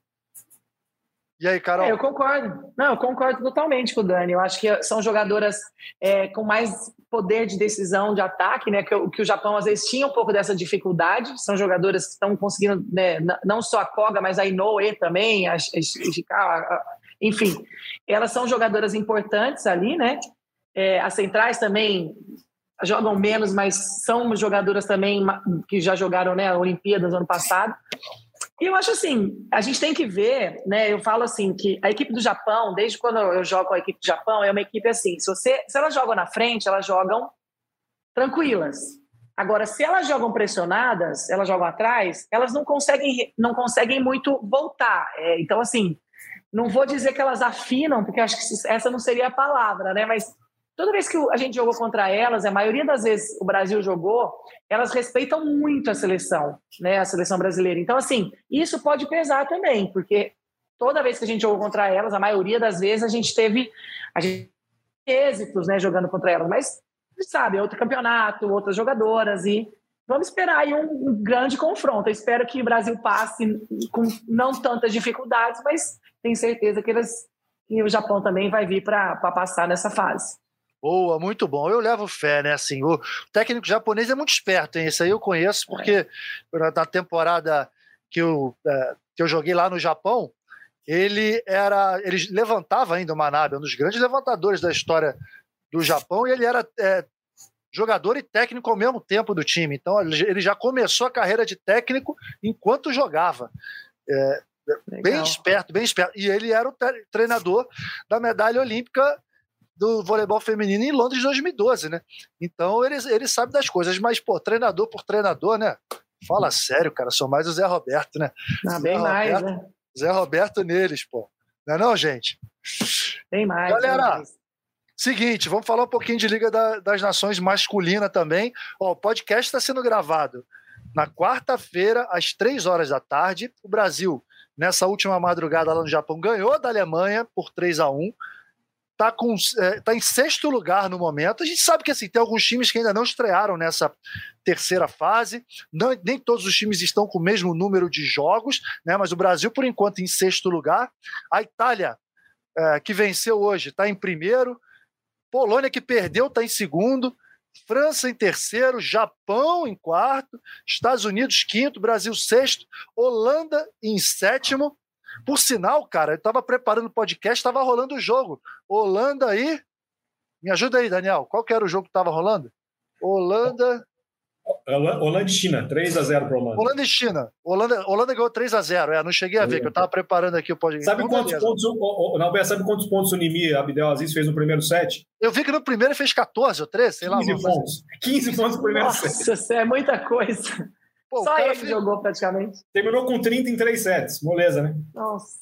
E aí, Carol? Eu concordo. Não, eu concordo totalmente com o Dani. Eu acho que são jogadoras com mais poder de decisão de ataque, né? Que o Japão, às vezes, tinha um pouco dessa dificuldade. São jogadoras que estão conseguindo, né, não só a Koga, mas a Inoue também, a Ishikawa, enfim. Elas são jogadoras importantes ali, né? As centrais também jogam menos, mas são jogadoras também que já jogaram, né, Olimpíadas ano passado. E eu acho assim, a gente tem que ver, né? Eu falo assim, que a equipe do Japão, desde quando eu jogo com a equipe do Japão, é uma equipe assim, se elas jogam na frente, elas jogam tranquilas. Agora, se elas jogam pressionadas, elas jogam atrás, elas não conseguem muito voltar. Então, assim, não vou dizer que elas afinam, porque acho que essa não seria a palavra, né? Mas toda vez que a gente jogou contra elas, a maioria das vezes o Brasil jogou, elas respeitam muito a seleção, né? A seleção brasileira. Então, assim, isso pode pesar também, porque toda vez que a gente jogou contra elas, a maioria das vezes a gente teve êxitos, né, jogando contra elas. Mas, sabe, é outro campeonato, outras jogadoras, e vamos esperar aí um grande confronto. Eu espero que o Brasil passe com não tantas dificuldades, mas tenho certeza que o Japão também vai vir para passar nessa fase. Boa, muito bom. Eu levo fé, né? Assim, o técnico japonês é muito esperto, hein? Isso aí eu conheço, porque na temporada que eu joguei lá no Japão, ele levantava ainda o Manabe, um dos grandes levantadores da história do Japão, e ele era jogador e técnico ao mesmo tempo do time. Então, ele já começou a carreira de técnico enquanto jogava. Bem esperto, bem esperto. E ele era o treinador da medalha olímpica do voleibol feminino em Londres 2012, né? Então ele sabe das coisas, mas, pô, treinador por treinador, né? Fala sério, cara, sou mais o Zé Roberto, né? Bem mais, né? Zé Roberto neles, pô. Não é não, gente? Bem mais. Galera, seguinte, vamos falar um pouquinho de Liga das Nações masculina também. Ó, o podcast está sendo gravado na quarta-feira, às 15h. O Brasil, nessa última madrugada lá no Japão, ganhou da Alemanha por 3-1. Tá em 6º lugar no momento. A gente sabe que assim, tem alguns times que ainda não estrearam nessa terceira fase. Nem todos os times estão com o mesmo número de jogos, né? Mas o Brasil, por enquanto, em 6º lugar. A Itália, que venceu hoje, está em 1º. Polônia, que perdeu, está em 2º. França em 3º. Japão em 4º. Estados Unidos 5º. Brasil 6º. Holanda em 7º. Por sinal, cara, eu estava preparando o podcast, estava rolando o jogo. Holanda aí. Me ajuda aí, Daniel. Qual que era o jogo que estava rolando? Holanda e China, 3-0 para Holanda. Holanda e China. Holanda ganhou 3-0. Não cheguei a ver, que eu estava preparando aqui o podcast. Sabe quantos pontos o Nimi Abdelaziz fez no primeiro set? Eu vi que no primeiro ele fez 14 ou 13, sei lá. 15 pontos. 15 pontos no primeiro set. Nossa, é muita coisa. Pô, só ele jogou praticamente. Terminou com 30 em 3 sets. Moleza, né? Nossa.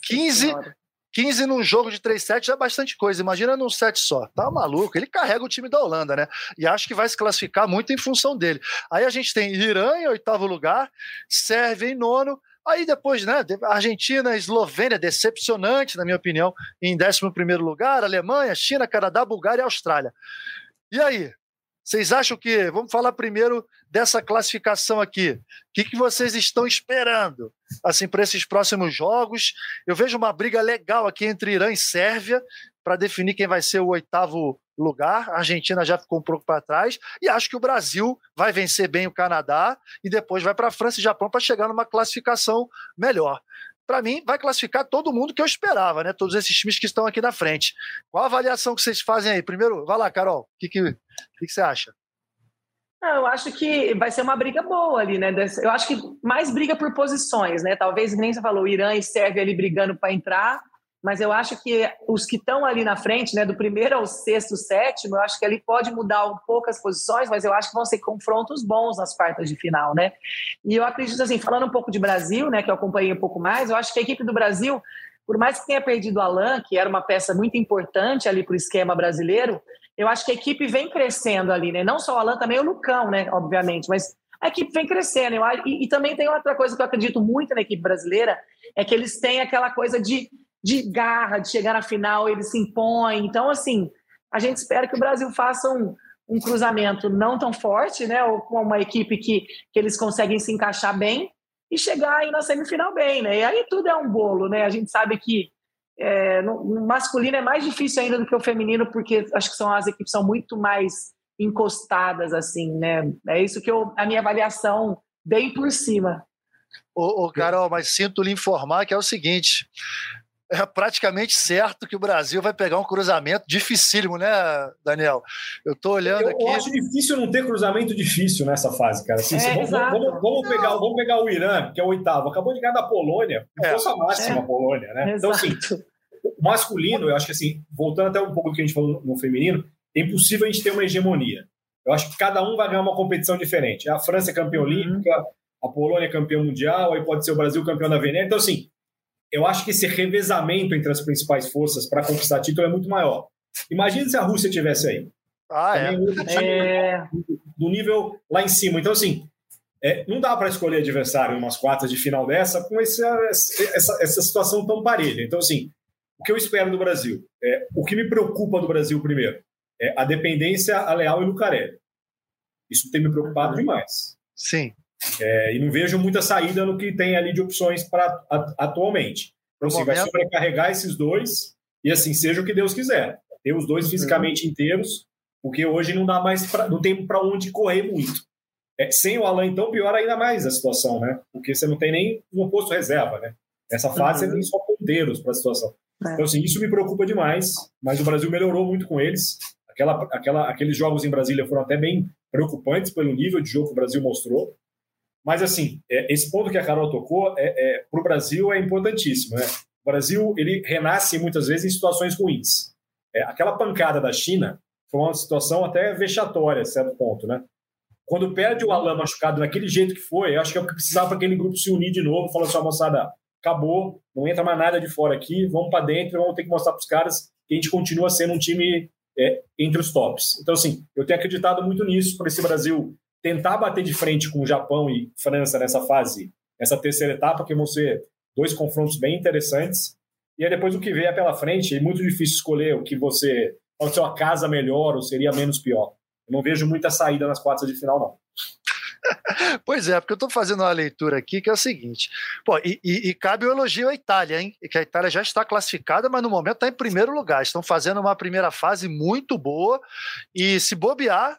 15 num jogo de 3 sets é bastante coisa. Imagina num set só. Tá maluco. Ele carrega o time da Holanda, né? E acho que vai se classificar muito em função dele. Aí a gente tem Irã em 8º lugar, Sérvia em 9º. Aí depois, né? Argentina, Eslovênia, decepcionante, na minha opinião, em 11º lugar. Alemanha, China, Canadá, Bulgária e Austrália. E aí? Vocês acham que... Vamos falar primeiro dessa classificação aqui. O que vocês estão esperando assim, para esses próximos jogos? Eu vejo uma briga legal aqui entre Irã e Sérvia para definir quem vai ser o 8º lugar. A Argentina já ficou um pouco para trás. E acho que o Brasil vai vencer bem o Canadá e depois vai para a França e Japão para chegar numa classificação melhor. Para mim, vai classificar todo mundo que eu esperava, né? Todos esses times que estão aqui na frente. Qual a avaliação que vocês fazem aí? Primeiro, vai lá, Carol. O que você acha? Eu acho que vai ser uma briga boa ali, né? Eu acho que mais briga por posições, né? Talvez, nem você falou, Irã e Sérvia ali brigando para entrar, mas eu acho que os que estão ali na frente, né, do primeiro ao sexto, sétimo, eu acho que ali pode mudar um pouco as posições, mas eu acho que vão ser confrontos bons nas quartas de final, né? E eu acredito, assim, falando um pouco de Brasil, né, que eu acompanhei um pouco mais, eu acho que a equipe do Brasil, por mais que tenha perdido o Alain, que era uma peça muito importante ali para o esquema brasileiro, eu acho que a equipe vem crescendo ali, né? Não só o Alain, também o Lucão, né? Obviamente, mas a equipe vem crescendo. E também tem outra coisa que eu acredito muito na equipe brasileira, é que eles têm aquela coisa de garra, de chegar na final, eles se impõem. Então, assim, a gente espera que o Brasil faça um cruzamento não tão forte, né? Ou com uma equipe que eles conseguem se encaixar bem e chegar aí na semifinal bem, né? E aí tudo é um bolo, né? A gente sabe que no masculino é mais difícil ainda do que o feminino, porque acho que as equipes são muito mais encostadas, assim, né? É isso que a minha avaliação bem por cima. Ô, Carol, mas sinto lhe informar que é o seguinte: é praticamente certo que o Brasil vai pegar um cruzamento dificílimo, né, Daniel? Eu tô olhando aqui. Eu acho difícil não ter cruzamento difícil nessa fase, cara. Assim, vamos pegar o Irã, que é o oitavo. Acabou de ganhar da Polônia, força máxima a Polônia, né? Então, assim, o masculino, eu acho que, assim, voltando até um pouco do que a gente falou no feminino, é impossível a gente ter uma hegemonia. Eu acho que cada um vai ganhar uma competição diferente. A França é campeã olímpica, a Polônia é campeã mundial, aí pode ser o Brasil campeão da VNL. Então, assim, eu acho que esse revezamento entre as principais forças para conquistar título é muito maior. Imagina se a Rússia estivesse aí. Do nível lá em cima. Então, assim, não dá para escolher adversário em umas quartas de final dessa com essa situação tão parelha. Então, assim, o que eu espero do Brasil? O que me preocupa do Brasil primeiro é a dependência a Leal e Lucarelli. Isso tem me preocupado demais. Sim. E não vejo muita saída no que tem ali de opções atualmente. Então, assim, vai sobrecarregar esses dois e, assim, seja o que Deus quiser. Ter os dois fisicamente inteiros, porque hoje não dá mais não tem para onde correr muito. Sem o Alain, então, pior ainda mais a situação, né? Porque você não tem nem um posto reserva, né? Nessa fase, você tem só ponteiros para a situação. Então, assim, isso me preocupa demais, mas o Brasil melhorou muito com eles. Aqueles jogos em Brasília foram até bem preocupantes pelo nível de jogo que o Brasil mostrou. Mas, assim, esse ponto que a Carol tocou, para o Brasil é importantíssimo, né? O Brasil, ele renasce muitas vezes em situações ruins. Aquela pancada da China foi uma situação até vexatória, a certo ponto, né? Quando perde o Alain machucado daquele jeito que foi, eu acho que é o que precisava para aquele grupo se unir de novo, falar assim, moçada, acabou, não entra mais nada de fora aqui, vamos para dentro, vamos ter que mostrar para os caras que a gente continua sendo um time entre os tops. Então, assim, eu tenho acreditado muito nisso, para esse Brasil tentar bater de frente com o Japão e França nessa fase, nessa terceira etapa, que vão ser 2 confrontos bem interessantes. E aí depois o que vier pela frente, é muito difícil escolher o que você... pode ser uma casa melhor ou seria menos pior. Eu não vejo muita saída nas quartas de final, não. Pois é, porque eu estou fazendo uma leitura aqui que é o seguinte. Pô, e cabe o elogio à Itália, hein? Que a Itália já está classificada, mas no momento está em primeiro lugar. Estão fazendo uma primeira fase muito boa e, se bobear,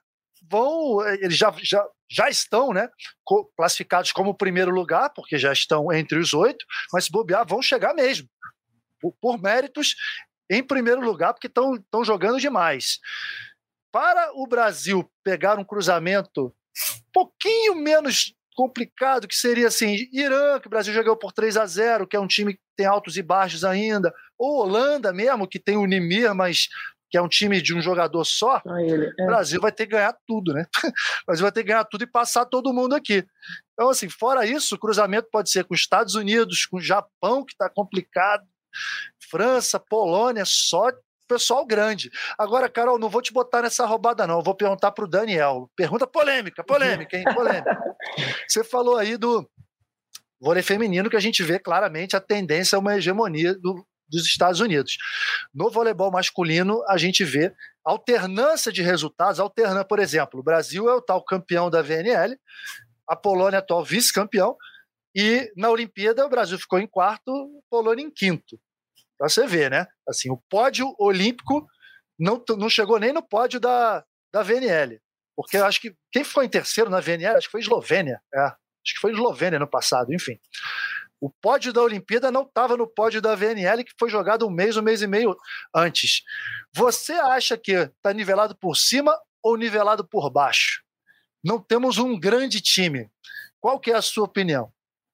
eles já estão, né, classificados como primeiro lugar, porque já estão entre os 8, mas, se bobear, vão chegar mesmo, por méritos, em primeiro lugar, porque estão jogando demais. Para o Brasil pegar um cruzamento um pouquinho menos complicado, que seria assim, Irã, que o Brasil jogou por 3-0, que é um time que tem altos e baixos ainda, ou Holanda mesmo, que tem o Nimir, mas que é um time de um jogador só, o Brasil vai ter que ganhar tudo, né? O Brasil vai ter que ganhar tudo e passar todo mundo aqui. Então, assim, fora isso, o cruzamento pode ser com os Estados Unidos, com o Japão, que está complicado, França, Polônia, só pessoal grande. Agora, Carol, não vou te botar nessa roubada, não. Eu vou perguntar para o Daniel. Pergunta polêmica, hein? Polêmica. Você falou aí do vôlei feminino, que a gente vê claramente a tendência a uma hegemonia dos Estados Unidos. No voleibol masculino, a gente vê alternância de resultados, por exemplo, o Brasil é o tal campeão da VNL, a Polônia é atual vice-campeão, e na Olimpíada o Brasil ficou em quarto, a Polônia em quinto. Pra você ver, né? Assim, o pódio olímpico não chegou nem no pódio da VNL, porque eu acho que quem ficou em terceiro na VNL, acho que foi Eslovênia, acho que foi Eslovênia no passado, enfim. O pódio da Olimpíada não estava no pódio da VNL, que foi jogado um mês e meio antes. Você acha que está nivelado por cima ou nivelado por baixo? não temos um grande time. Qual que é a sua opinião?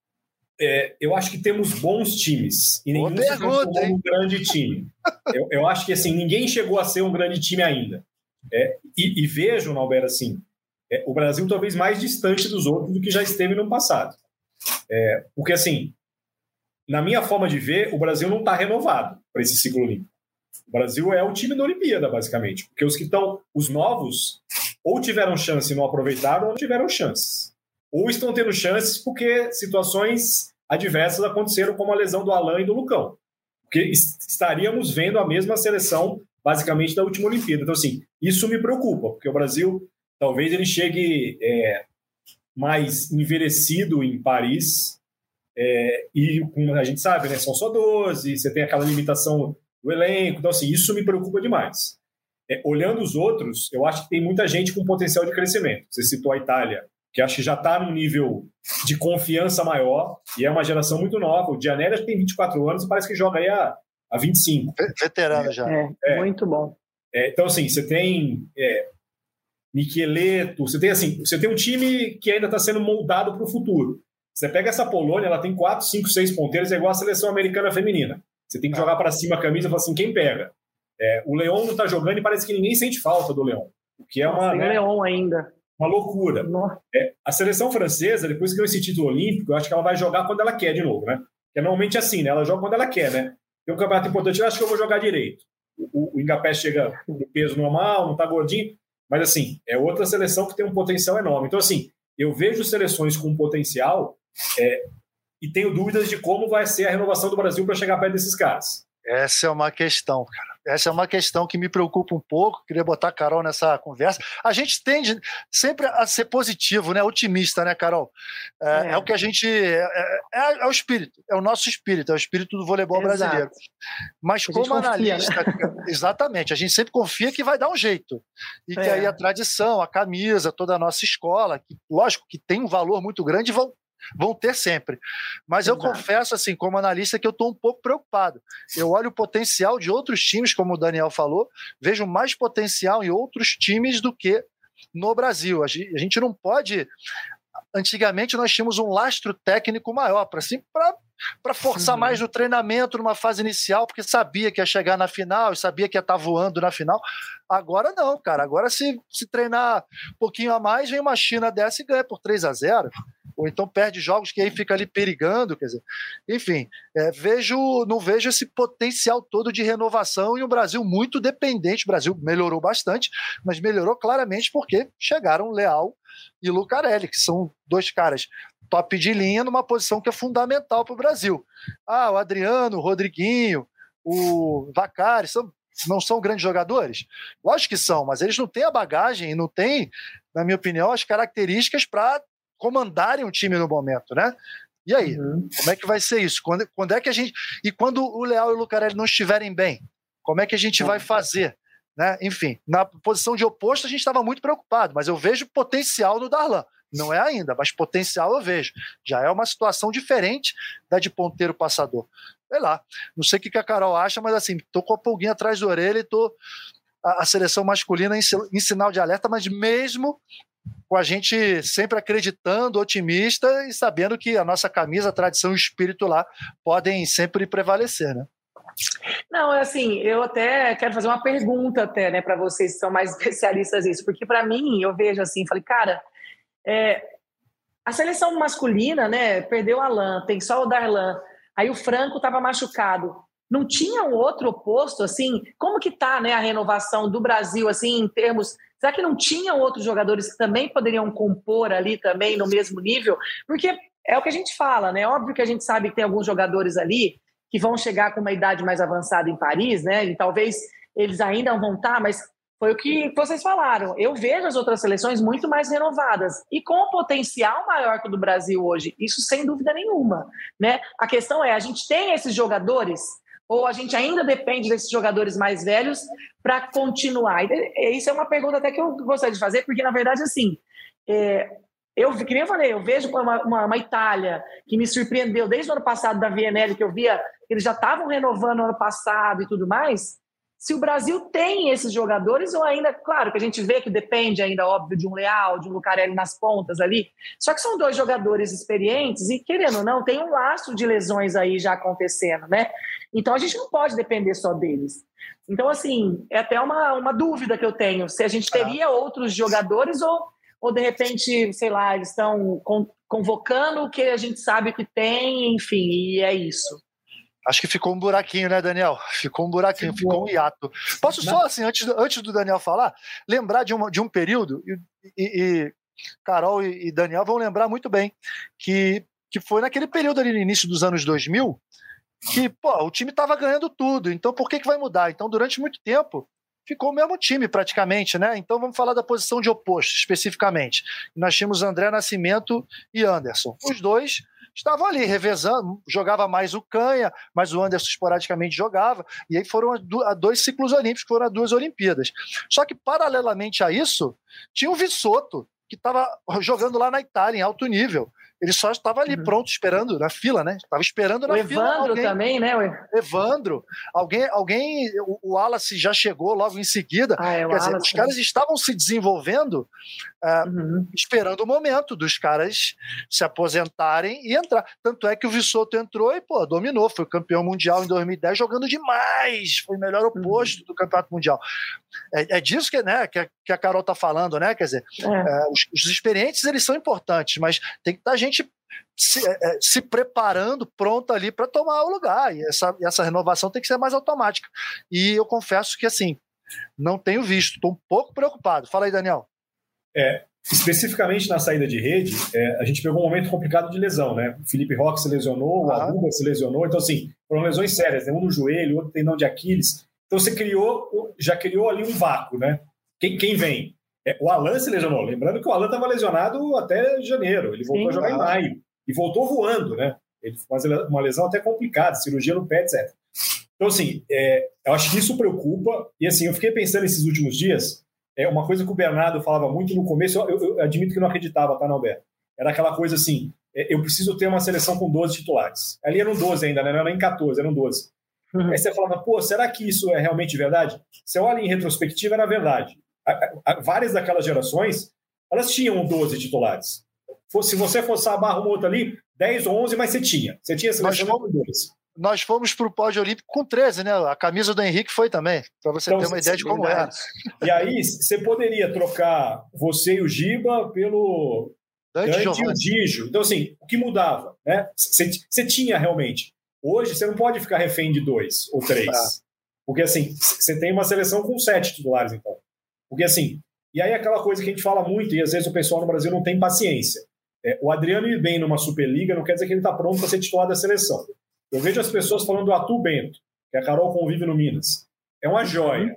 Eu acho que temos bons times e nenhum se transformou um grande time. Eu acho que assim, ninguém chegou a ser um grande time ainda. E vejo, Nauber, assim, o Brasil talvez mais distante dos outros do que já esteve no passado. Porque, assim, na minha forma de ver, o Brasil não está renovado para esse ciclo olímpico. O Brasil é o time da Olimpíada, basicamente. Porque os que estão, os novos, ou tiveram chance e não aproveitaram, ou não tiveram chances. Ou estão tendo chances porque situações adversas aconteceram, como a lesão do Alan e do Lucão. Porque estaríamos vendo a mesma seleção, basicamente, da última Olimpíada. Então, assim, isso me preocupa, porque o Brasil, talvez ele chegue mais envelhecido em Paris, e como a gente sabe, né, são só 12, você tem aquela limitação do elenco, então, assim, isso me preocupa demais. Olhando os outros, eu acho que tem muita gente com potencial de crescimento. Você citou a Itália, que acho que já está num nível de confiança maior, e é uma geração muito nova. O Gianelli tem 24 anos e parece que joga aí há 25. Veterano já. Muito bom. Então, assim, você tem Micheleto, você tem um time que ainda está sendo moldado para o futuro. Você pega essa Polônia, ela tem 4, 5, 6 ponteiros, é igual a seleção americana feminina. Você tem que jogar para cima a camisa e falar assim, quem pega? O Leão não está jogando e parece que ninguém sente falta do Leão. O que é o Leão ainda. Uma loucura. A seleção francesa, depois que ganhou esse título olímpico, eu acho que ela vai jogar quando ela quer de novo, né? Porque normalmente é assim, né? Ela joga quando ela quer, né? Tem um campeonato importante, eu acho que eu vou jogar direito. O Engapé chega no peso normal, não tá gordinho, mas assim, é outra seleção que tem um potencial enorme. Então, assim, eu vejo seleções com potencial e tenho dúvidas de como vai ser a renovação do Brasil para chegar perto desses caras. Essa é uma questão, cara. Essa é uma questão que me preocupa um pouco. Queria botar a Carol nessa conversa. A gente tende sempre a ser positivo, né? Otimista, né, Carol? É o que a gente... É o espírito, é o nosso espírito, é o espírito do voleibol brasileiro. Mas como analista... Confia, né? Exatamente, a gente sempre confia que vai dar um jeito. E que aí a tradição, a camisa, toda a nossa escola, que, lógico, que tem um valor muito grande, vão ter sempre. Mas eu confesso, assim, como analista, que eu estou um pouco preocupado. Eu olho o potencial de outros times, como o Daniel falou, vejo mais potencial em outros times do que no Brasil. A gente não pode... Antigamente nós tínhamos um lastro técnico maior para forçar mais no treinamento, numa fase inicial, porque sabia que ia chegar na final, sabia que ia estar voando na final. Agora não, cara. Agora se treinar um pouquinho a mais, vem uma China dessa e ganha por 3-0. Ou então perde jogos que aí fica ali perigando, quer dizer, enfim, não vejo esse potencial todo de renovação e o Brasil muito dependente. O Brasil melhorou bastante, mas melhorou claramente porque chegaram Leal e Lucarelli, que são dois caras top de linha numa posição que é fundamental para o Brasil. O Adriano, o Rodriguinho, o Vacari, não são grandes jogadores? Lógico que são, mas eles não têm a bagagem e não têm, na minha opinião, as características para comandarem o time no momento, né? E aí? Como é que vai ser isso? Quando é que a gente... E quando o Leal e o Lucarelli não estiverem bem, como é que a gente vai fazer? Né? Enfim, na posição de oposto a gente estava muito preocupado, mas eu vejo potencial no Darlan. Não é ainda, mas potencial eu vejo. Já é uma situação diferente da de ponteiro passador. Sei lá, não sei o que a Carol acha, mas assim, tô com a pulguinha atrás da orelha e tô a seleção masculina em sinal de alerta, mas mesmo com a gente sempre acreditando, otimista e sabendo que a nossa camisa, a tradição e o espírito lá podem sempre prevalecer, né? Não, assim, eu até quero fazer uma pergunta até, né, para vocês que são mais especialistas nisso, porque para mim, eu vejo assim, falei, cara, a seleção masculina, né, perdeu o Alan, tem só o Darlan, aí o Franco estava machucado, não tinha um outro oposto, assim, como que tá, né, a renovação do Brasil, assim, em termos, será que não tinham outros jogadores que também poderiam compor ali também no mesmo nível? Porque é o que a gente fala, né, óbvio que a gente sabe que tem alguns jogadores ali que vão chegar com uma idade mais avançada em Paris, né, e talvez eles ainda vão estar, mas foi o que vocês falaram, eu vejo as outras seleções muito mais renovadas e com um potencial maior que o do Brasil hoje, isso sem dúvida nenhuma, né, a questão é, a gente tem esses jogadores ou a gente ainda depende desses jogadores mais velhos para continuar? Isso é uma pergunta até que eu gostaria de fazer, porque, na verdade, assim, que nem eu falei, eu vejo uma Itália que me surpreendeu desde o ano passado da VNL, que eu via que eles já estavam renovando no ano passado e tudo mais. se o Brasil tem esses jogadores ou ainda, claro que a gente vê que depende ainda, óbvio, de um Leal, de um Lucarelli nas pontas ali, só que são 2 jogadores experientes e, querendo ou não, tem um lastro de lesões aí já acontecendo, né? Então a gente não pode depender só deles. Então, assim, é até uma dúvida que eu tenho, se a gente teria outros jogadores ou de repente, sei lá, eles estão convocando o que a gente sabe que tem, enfim, e é isso. Acho que ficou um buraquinho, né, Daniel? Ficou um buraquinho, ficou um hiato. Posso só, assim, antes do Daniel falar, lembrar de um período, e Carol e Daniel vão lembrar muito bem, que foi naquele período ali no início dos anos 2000, que, o time estava ganhando tudo, então por que vai mudar? Então, durante muito tempo, ficou o mesmo time praticamente, né? Então vamos falar da posição de oposto, especificamente. Nós tínhamos André Nascimento e Anderson. Os 2 estavam ali revezando, jogava mais o Canha, mas o Anderson esporadicamente jogava, e aí foram a 2 ciclos olímpicos, foram a 2 Olimpíadas. Só que, paralelamente a isso, tinha o Visotto, que estava jogando lá na Itália, em alto nível. Ele só estava ali pronto, esperando, na fila, né? Estava esperando na fila. O Evandro também, né? Evandro. O Wallace já chegou logo em seguida. Quer dizer, os caras estavam se desenvolvendo esperando o momento dos caras se aposentarem e entrar. Tanto é que o Visotto entrou e, dominou. Foi campeão mundial em 2010, jogando demais. Foi o melhor oposto do campeonato mundial. É disso que a Carol está falando, né? Quer dizer, os experientes, eles são importantes, mas tem que estar gente se preparando, pronta ali para tomar o lugar, e essa renovação tem que ser mais automática, e eu confesso que assim, não tenho visto, estou um pouco preocupado. Fala aí, Daniel. Especificamente na saída de rede, a gente pegou um momento complicado de lesão, né? O Felipe Roque se lesionou, o Arruda se lesionou, então assim, foram lesões sérias, né? Um no joelho, outro tendão de Aquiles, então você já criou ali um vácuo, né? Quem vem? O Alan se lesionou. Lembrando que o Alan estava lesionado até janeiro. Ele voltou a jogar em maio. E voltou voando, né? Ele fez uma lesão até complicada, cirurgia no pé, etc. Então, assim, eu acho que isso preocupa. E, assim, eu fiquei pensando esses últimos dias, uma coisa que o Bernardo falava muito no começo, eu admito que não acreditava, tá, Alberto? Era aquela coisa assim, eu preciso ter uma seleção com 12 titulares. Ali eram 12 ainda, né? Não era nem 14, eram 12. Aí você falava, será que isso é realmente verdade? Você olha em retrospectiva, era verdade. Várias daquelas gerações, elas tinham 12 titulares. Se você forçar a barra uma outra ali, 10 ou 11, mas você tinha seleção com 12. Nós fomos para o pódio olímpico com 13, né? A camisa do Henrique foi também, para você ter uma ideia de como era. E aí, você poderia trocar você e o Giba pelo Dante e o Dijo. Então, assim, o que mudava? Né? Você tinha realmente. Hoje, você não pode ficar refém de 2 ou 3. Porque, assim, você tem uma seleção com 7 titulares, então. Porque, assim, e aí aquela coisa que a gente fala muito, e às vezes o pessoal no Brasil não tem paciência. O Adriano ir bem numa Superliga não quer dizer que ele está pronto para ser titular da seleção. Eu vejo as pessoas falando do Arthur Bento, que a Carol convive no Minas. É uma joia.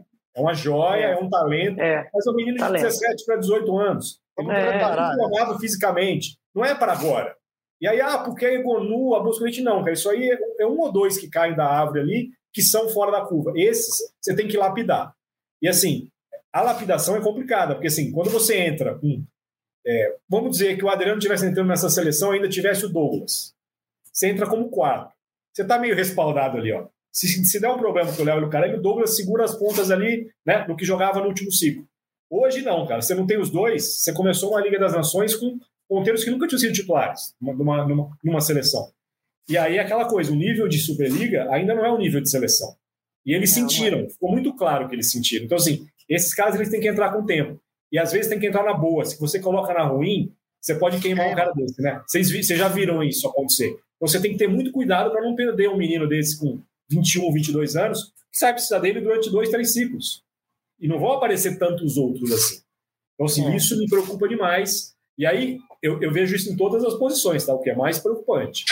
É um talento. Mas é um menino de 17 para 18 anos. Ele não está formado fisicamente. Não é para agora. E aí, porque é Egonu, a Boscovic, não, cara. Isso aí é 1 ou 2 que caem da árvore ali, que são fora da curva. Esses você tem que lapidar. E assim, a lapidação é complicada, porque assim, quando você entra com... vamos dizer que o Adriano estivesse entrando nessa seleção e ainda tivesse o Douglas. Você entra como 4. Você está meio respaldado ali, ó. Se der um problema com o Léo e o Lucarelli, o Douglas segura as pontas ali, né, no que jogava no último ciclo. Hoje não, cara. Você não tem os 2, você começou uma Liga das Nações com ponteiros que nunca tinham sido titulares numa seleção. E aí aquela coisa, o nível de Superliga ainda não é o nível de seleção. E eles sentiram, ficou muito claro que eles sentiram. Então, assim, esses caras eles têm que entrar com o tempo. E às vezes tem que entrar na boa. Se você coloca na ruim, você pode queimar um cara desse, né? Vocês já viram isso acontecer. Então você tem que ter muito cuidado para não perder um menino desse com 21, 22 anos, que sai precisar dele durante 2, 3 ciclos. E não vão aparecer tantos outros assim. Então, assim, isso me preocupa demais. E aí, eu vejo isso em todas as posições, tá? O que é mais preocupante.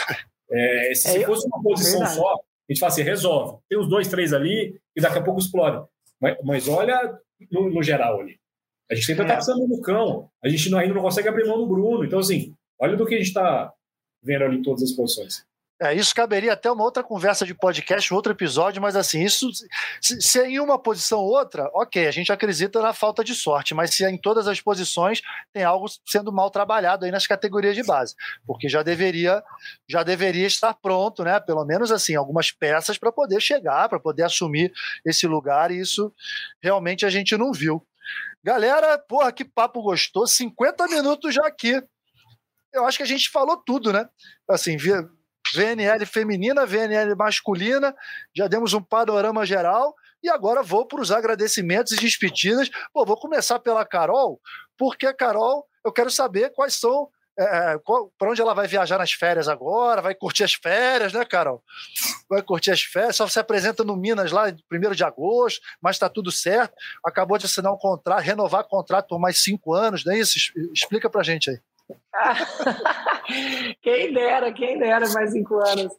Se fosse uma posição só, a gente fala assim, resolve. Tem os 2, 3 ali e daqui a pouco explode. Mas olha no geral ali. A gente ainda está precisando do Lucão. A gente ainda não consegue abrir mão do Bruno. Então, assim, olha do que a gente está vendo ali em todas as posições. Isso caberia até uma outra conversa de podcast, um outro episódio, mas assim, isso, se é em uma posição ou outra, ok, a gente acredita na falta de sorte, mas se é em todas as posições, tem algo sendo mal trabalhado aí nas categorias de base, porque já deveria estar pronto, né? Pelo menos assim, algumas peças para poder chegar, para poder assumir esse lugar, e isso realmente a gente não viu. Galera, porra, que papo gostoso, 50 minutos já aqui. Eu acho que a gente falou tudo, né? Assim, VNL feminina, VNL masculina, já demos um panorama geral e agora vou para os agradecimentos e despedidas. Vou começar pela Carol, porque a Carol, eu quero saber quais são, para onde ela vai viajar nas férias agora, vai curtir as férias, né, Carol? Vai curtir as férias, só se apresenta no Minas lá 1º de agosto, mas está tudo certo, acabou de assinar um contrato, renovar o contrato por mais 5 anos, não é isso? Explica para a gente aí. Quem dera mais 5 anos.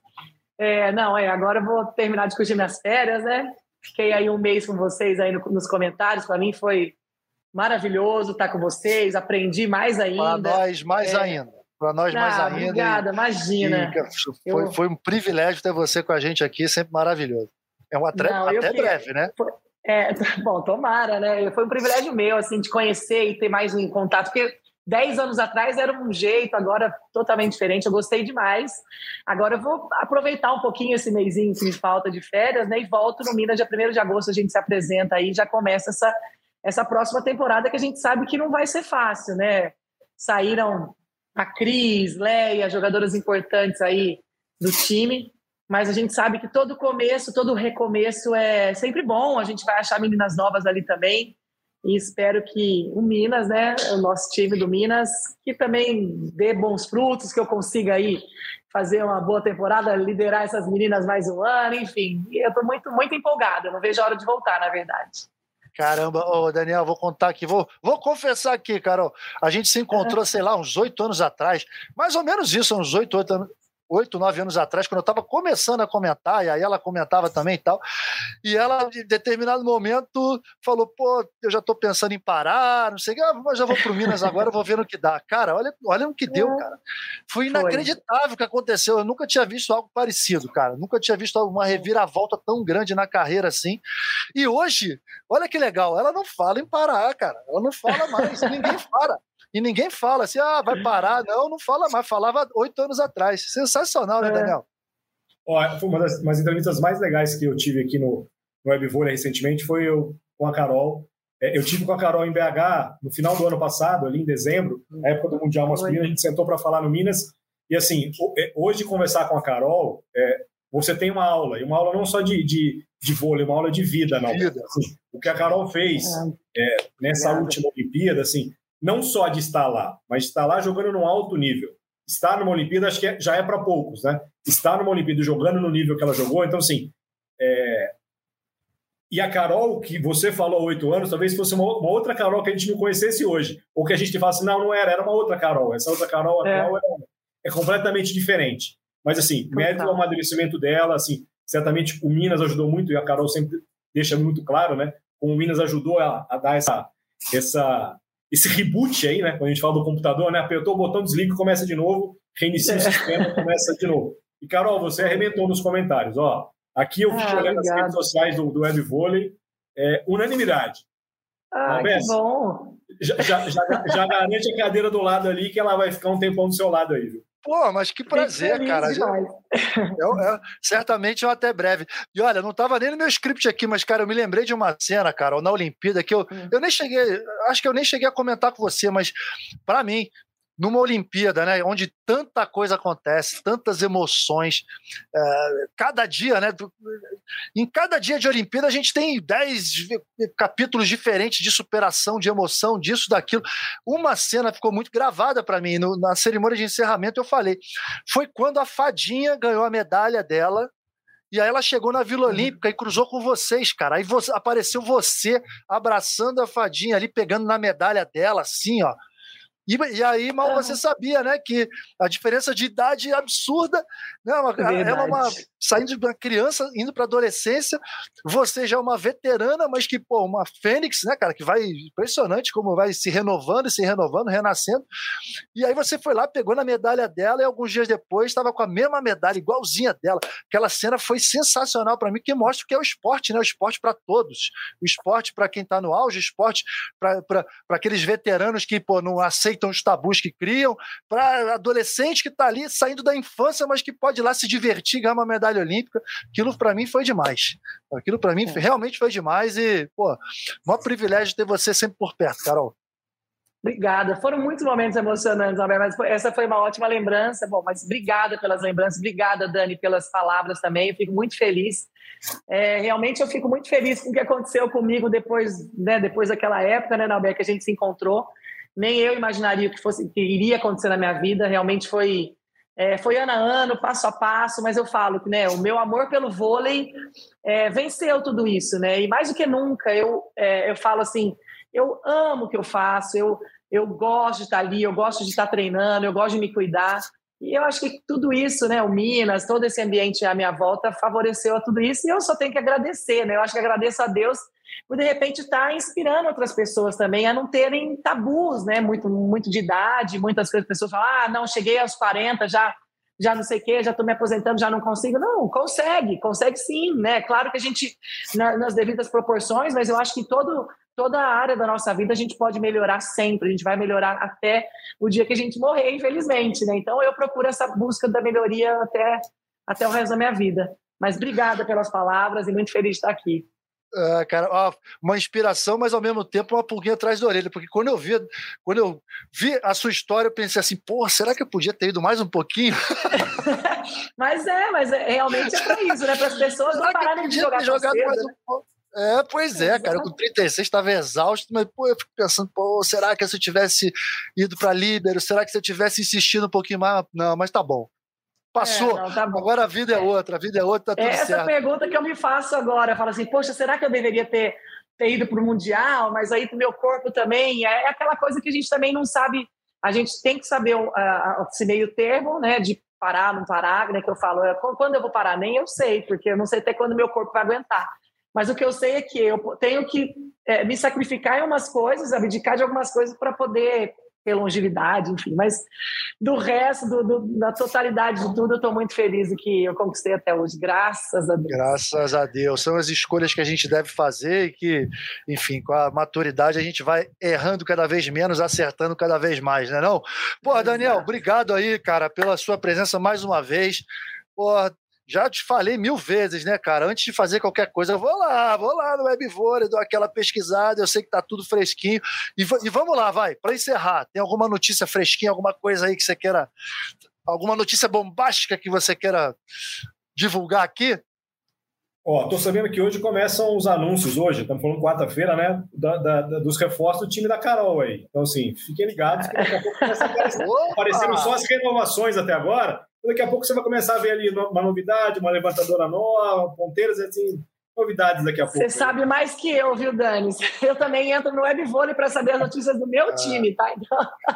Agora eu vou terminar de curtir minhas férias, né? Fiquei aí um mês com vocês aí nos comentários, para mim foi maravilhoso estar com vocês, aprendi mais ainda. Para nós mais ainda. Para nós mais ainda. Obrigada, imagina. Foi um privilégio ter você com a gente aqui, sempre maravilhoso. Até breve, né? Bom, tomara, né? Foi um privilégio meu, assim, de conhecer e ter mais um contato, porque 10 anos atrás era um jeito, agora totalmente diferente, eu gostei demais. Agora eu vou aproveitar um pouquinho esse mêsinho que me falta de férias, né, e volto no Minas, dia 1º de agosto a gente se apresenta aí, já começa essa próxima temporada que a gente sabe que não vai ser fácil, né? Saíram a Cris, Leia, jogadoras importantes aí do time, mas a gente sabe que todo começo, todo recomeço é sempre bom, a gente vai achar meninas novas ali também. E espero que o Minas, né, o nosso time do Minas, que também dê bons frutos, que eu consiga aí fazer uma boa temporada, liderar essas meninas mais um ano, enfim. Eu estou muito, muito empolgada, eu não vejo a hora de voltar, na verdade. Caramba, Daniel, vou contar aqui, vou confessar aqui, Carol, a gente se encontrou, sei lá, uns 8 anos atrás, mais ou menos isso, uns 8, 9 anos atrás, quando eu estava começando a comentar, e aí ela comentava também e tal, e ela, em determinado momento, falou, eu já estou pensando em parar, não sei o que, mas já vou para o Minas agora, vou ver no que dá. Cara, olha no que deu, cara. Foi inacreditável o que aconteceu, eu nunca tinha visto algo parecido, cara, nunca tinha visto uma reviravolta tão grande na carreira assim, e hoje, olha que legal, ela não fala em parar, cara, ela não fala mais, ninguém para. E ninguém fala assim, vai parar. Não fala mais. Falava 8 anos atrás. Sensacional, né, Daniel? Foi uma das entrevistas mais legais que eu tive aqui no WebVôlei recentemente, foi eu com a Carol. Eu tive com a Carol em BH no final do ano passado, ali em dezembro, na época do Mundial Masculino, a gente sentou para falar no Minas. E assim, hoje conversar com a Carol, você tem uma aula, e uma aula não só de vôlei, uma aula de vida. Não. Assim, o que a Carol fez nessa última Olimpíada, assim, não só de estar lá, mas de estar lá jogando num alto nível. Estar numa Olimpíada, acho que já é para poucos, né? Estar numa Olimpíada jogando no nível que ela jogou, então, assim... E a Carol, que você falou há 8 anos, talvez fosse uma outra Carol que a gente não conhecesse hoje. Ou que a gente fala assim, não era uma outra Carol. Essa outra Carol atual é completamente diferente. Mas, assim, mérito ao amadurecimento dela, assim, certamente o Minas ajudou muito, e a Carol sempre deixa muito claro, né? Como o Minas ajudou a dar esse reboot aí, né? Quando a gente fala do computador, né? Apertou o botão, desliga e começa de novo, reinicia o sistema e começa de novo. E, Carol, você arrebentou nos comentários, ó. Aqui eu fui olhando as redes sociais do WebVôlei, unanimidade. Que bom! Já garante a cadeira do lado ali, que ela vai ficar um tempão do seu lado aí, viu? Mas que prazer, cara. Certamente até breve. E olha, não estava nem no meu script aqui, mas, cara, eu me lembrei de uma cena, cara, na Olimpíada, que eu nem cheguei, acho que eu nem cheguei a comentar com você, mas para mim, numa Olimpíada, né, onde tanta coisa acontece, tantas emoções, cada dia, né, em cada dia de Olimpíada a gente tem 10 capítulos diferentes de superação, de emoção, disso, daquilo. Uma cena ficou muito gravada para mim, na cerimônia de encerramento eu falei, foi quando a Fadinha ganhou a medalha dela, e aí ela chegou na Vila Olímpica e cruzou com vocês, cara, aí apareceu você abraçando a Fadinha ali, pegando na medalha dela, assim, ó. E aí, mal você sabia, né, que a diferença de idade é absurda, né? Ela saindo de uma criança, indo para adolescência, você já é uma veterana, mas que, pô, uma fênix, né, cara, que vai, impressionante como vai se renovando, renascendo, e aí você foi lá, pegou na medalha dela e alguns dias depois estava com a mesma medalha, igualzinha dela. Aquela cena foi sensacional para mim, que mostra que é o esporte, né, o esporte para todos, o esporte para quem está no auge, o esporte para aqueles veteranos que, pô, não aceitam os tabus que criam, para adolescente que está ali saindo da infância, mas que pode ir lá se divertir, ganhar uma medalha olímpica. Aquilo para mim foi demais. Aquilo para mim realmente foi demais e, pô, maior privilégio ter você sempre por perto, Carol. Obrigada. Foram muitos momentos emocionantes, mas essa foi uma ótima lembrança. Bom, mas obrigada pelas lembranças. Obrigada, Dani, pelas palavras também. Eu fico muito feliz. Realmente eu fico muito feliz com o que aconteceu comigo depois daquela época, né, Norberto, que a gente se encontrou. Nem eu imaginaria que iria acontecer na minha vida. Realmente foi ano a ano, passo a passo, mas eu falo que, né, o meu amor pelo vôlei venceu tudo isso, né? E mais do que nunca, eu falo assim, eu amo o que eu faço, eu gosto de estar ali, eu gosto de estar treinando, eu gosto de me cuidar. E eu acho que tudo isso, né, o Minas, todo esse ambiente à minha volta favoreceu a tudo isso, e eu só tenho que agradecer, né? Eu acho que agradeço a Deus por, de repente, estar inspirando outras pessoas também a não terem tabus, né? Muito de idade, muitas coisas, pessoas falam, não, cheguei aos 40, já não sei o quê, já estou me aposentando, já não consigo. Não, consegue sim, né? Claro que a gente, nas devidas proporções, mas eu acho que toda a área da nossa vida a gente pode melhorar sempre, a gente vai melhorar até o dia que a gente morrer, infelizmente, né? Então eu procuro essa busca da melhoria até o resto da minha vida. Mas obrigada pelas palavras e muito feliz de estar aqui. Cara, uma inspiração, mas ao mesmo tempo uma pulguinha atrás da orelha, porque quando eu vi a sua história, eu pensei assim, pô, será que eu podia ter ido mais um pouquinho? mas realmente é pra isso, né? Para as pessoas não pararem de jogar mais um pouco. Pois é, cara, eu com 36 estava exausto, mas pô, eu fico pensando, pô, será que se eu tivesse ido para líbero, será que se eu tivesse insistido um pouquinho mais? Não, mas tá bom. Passou, tá bom. Agora a vida é outra, tá tudo certo. Essa pergunta que eu me faço agora, eu falo assim, poxa, será que eu deveria ter ido para o Mundial, mas aí pro meu corpo também, é aquela coisa que a gente também não sabe, a gente tem que saber esse meio termo, né, de parar, não parar, né, que eu falo, quando eu vou parar, nem eu sei, porque eu não sei até quando meu corpo vai aguentar, mas o que eu sei é que eu tenho que me sacrificar em umas coisas, abdicar de algumas coisas para poder ter longevidade, enfim, mas do resto, da totalidade de tudo, eu estou muito feliz do que eu conquistei até hoje, graças a Deus. Graças a Deus, são as escolhas que a gente deve fazer e que, enfim, com a maturidade a gente vai errando cada vez menos, acertando cada vez mais, né não? Pô, Daniel, obrigado aí, cara, pela sua presença mais uma vez, pô, já te falei 1000 vezes, né, cara? Antes de fazer qualquer coisa, eu vou lá no WebVôlei, dou aquela pesquisada, eu sei que tá tudo fresquinho. E vamos lá, vai, para encerrar. Tem alguma notícia fresquinha, alguma coisa aí que você queira... Alguma notícia bombástica que você queira divulgar aqui? Tô sabendo que hoje começam os anúncios, estamos falando quarta-feira, né, dos reforços do time da Carol aí. Então, assim, fiquem ligados que daqui a pouco começa a aparecer. Apareceram só as renovações até agora. Daqui a pouco você vai começar a ver ali uma novidade, uma levantadora nova, ponteiras, assim, novidades daqui a pouco. Você sabe mais que eu, viu, Dani? Eu também entro no WebVôlei para saber as notícias do meu time, tá? Então...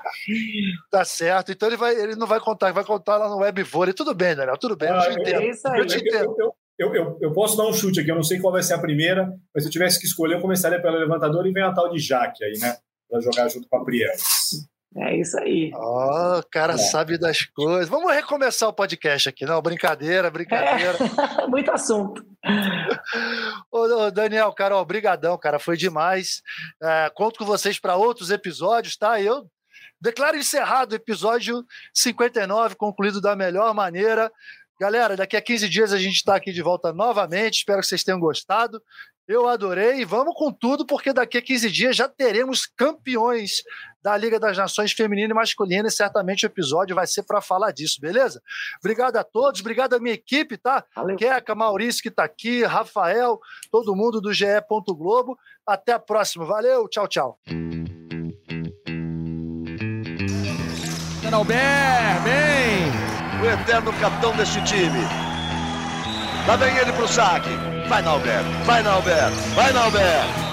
Tá certo. Então ele não vai contar, vai contar lá no WebVôlei. Tudo bem, Daniel, tudo bem. Eu te entendo. É isso aí. Eu te entendo. Eu posso dar um chute aqui, eu não sei qual vai ser a primeira, mas se eu tivesse que escolher, eu começaria pela levantadora e vem a tal de Jaque aí, né? Para jogar junto com a Prianes. É isso aí. O cara sabe das coisas. Vamos recomeçar o podcast aqui, não? Brincadeira. Muito assunto. Ô, Daniel, Carol, brigadão, cara, foi demais. Conto com vocês para outros episódios, tá? Eu declaro encerrado o episódio 59, concluído da melhor maneira. Galera, daqui a 15 dias a gente está aqui de volta novamente, espero que vocês tenham gostado. Eu adorei e vamos com tudo, porque daqui a 15 dias já teremos campeões da Liga das Nações feminina e masculina e certamente o episódio vai ser para falar disso, beleza? Obrigado a todos, obrigado à minha equipe, tá? Valeu. Queca, Maurício que tá aqui, Rafael, todo mundo do GE. Globo. Até a próxima, valeu, tchau, tchau. Albert, bem! O eterno capitão deste time. Lá vem ele pro saque. Vai, Nalberto! Vai, Nalberto! Vai, Nalberto!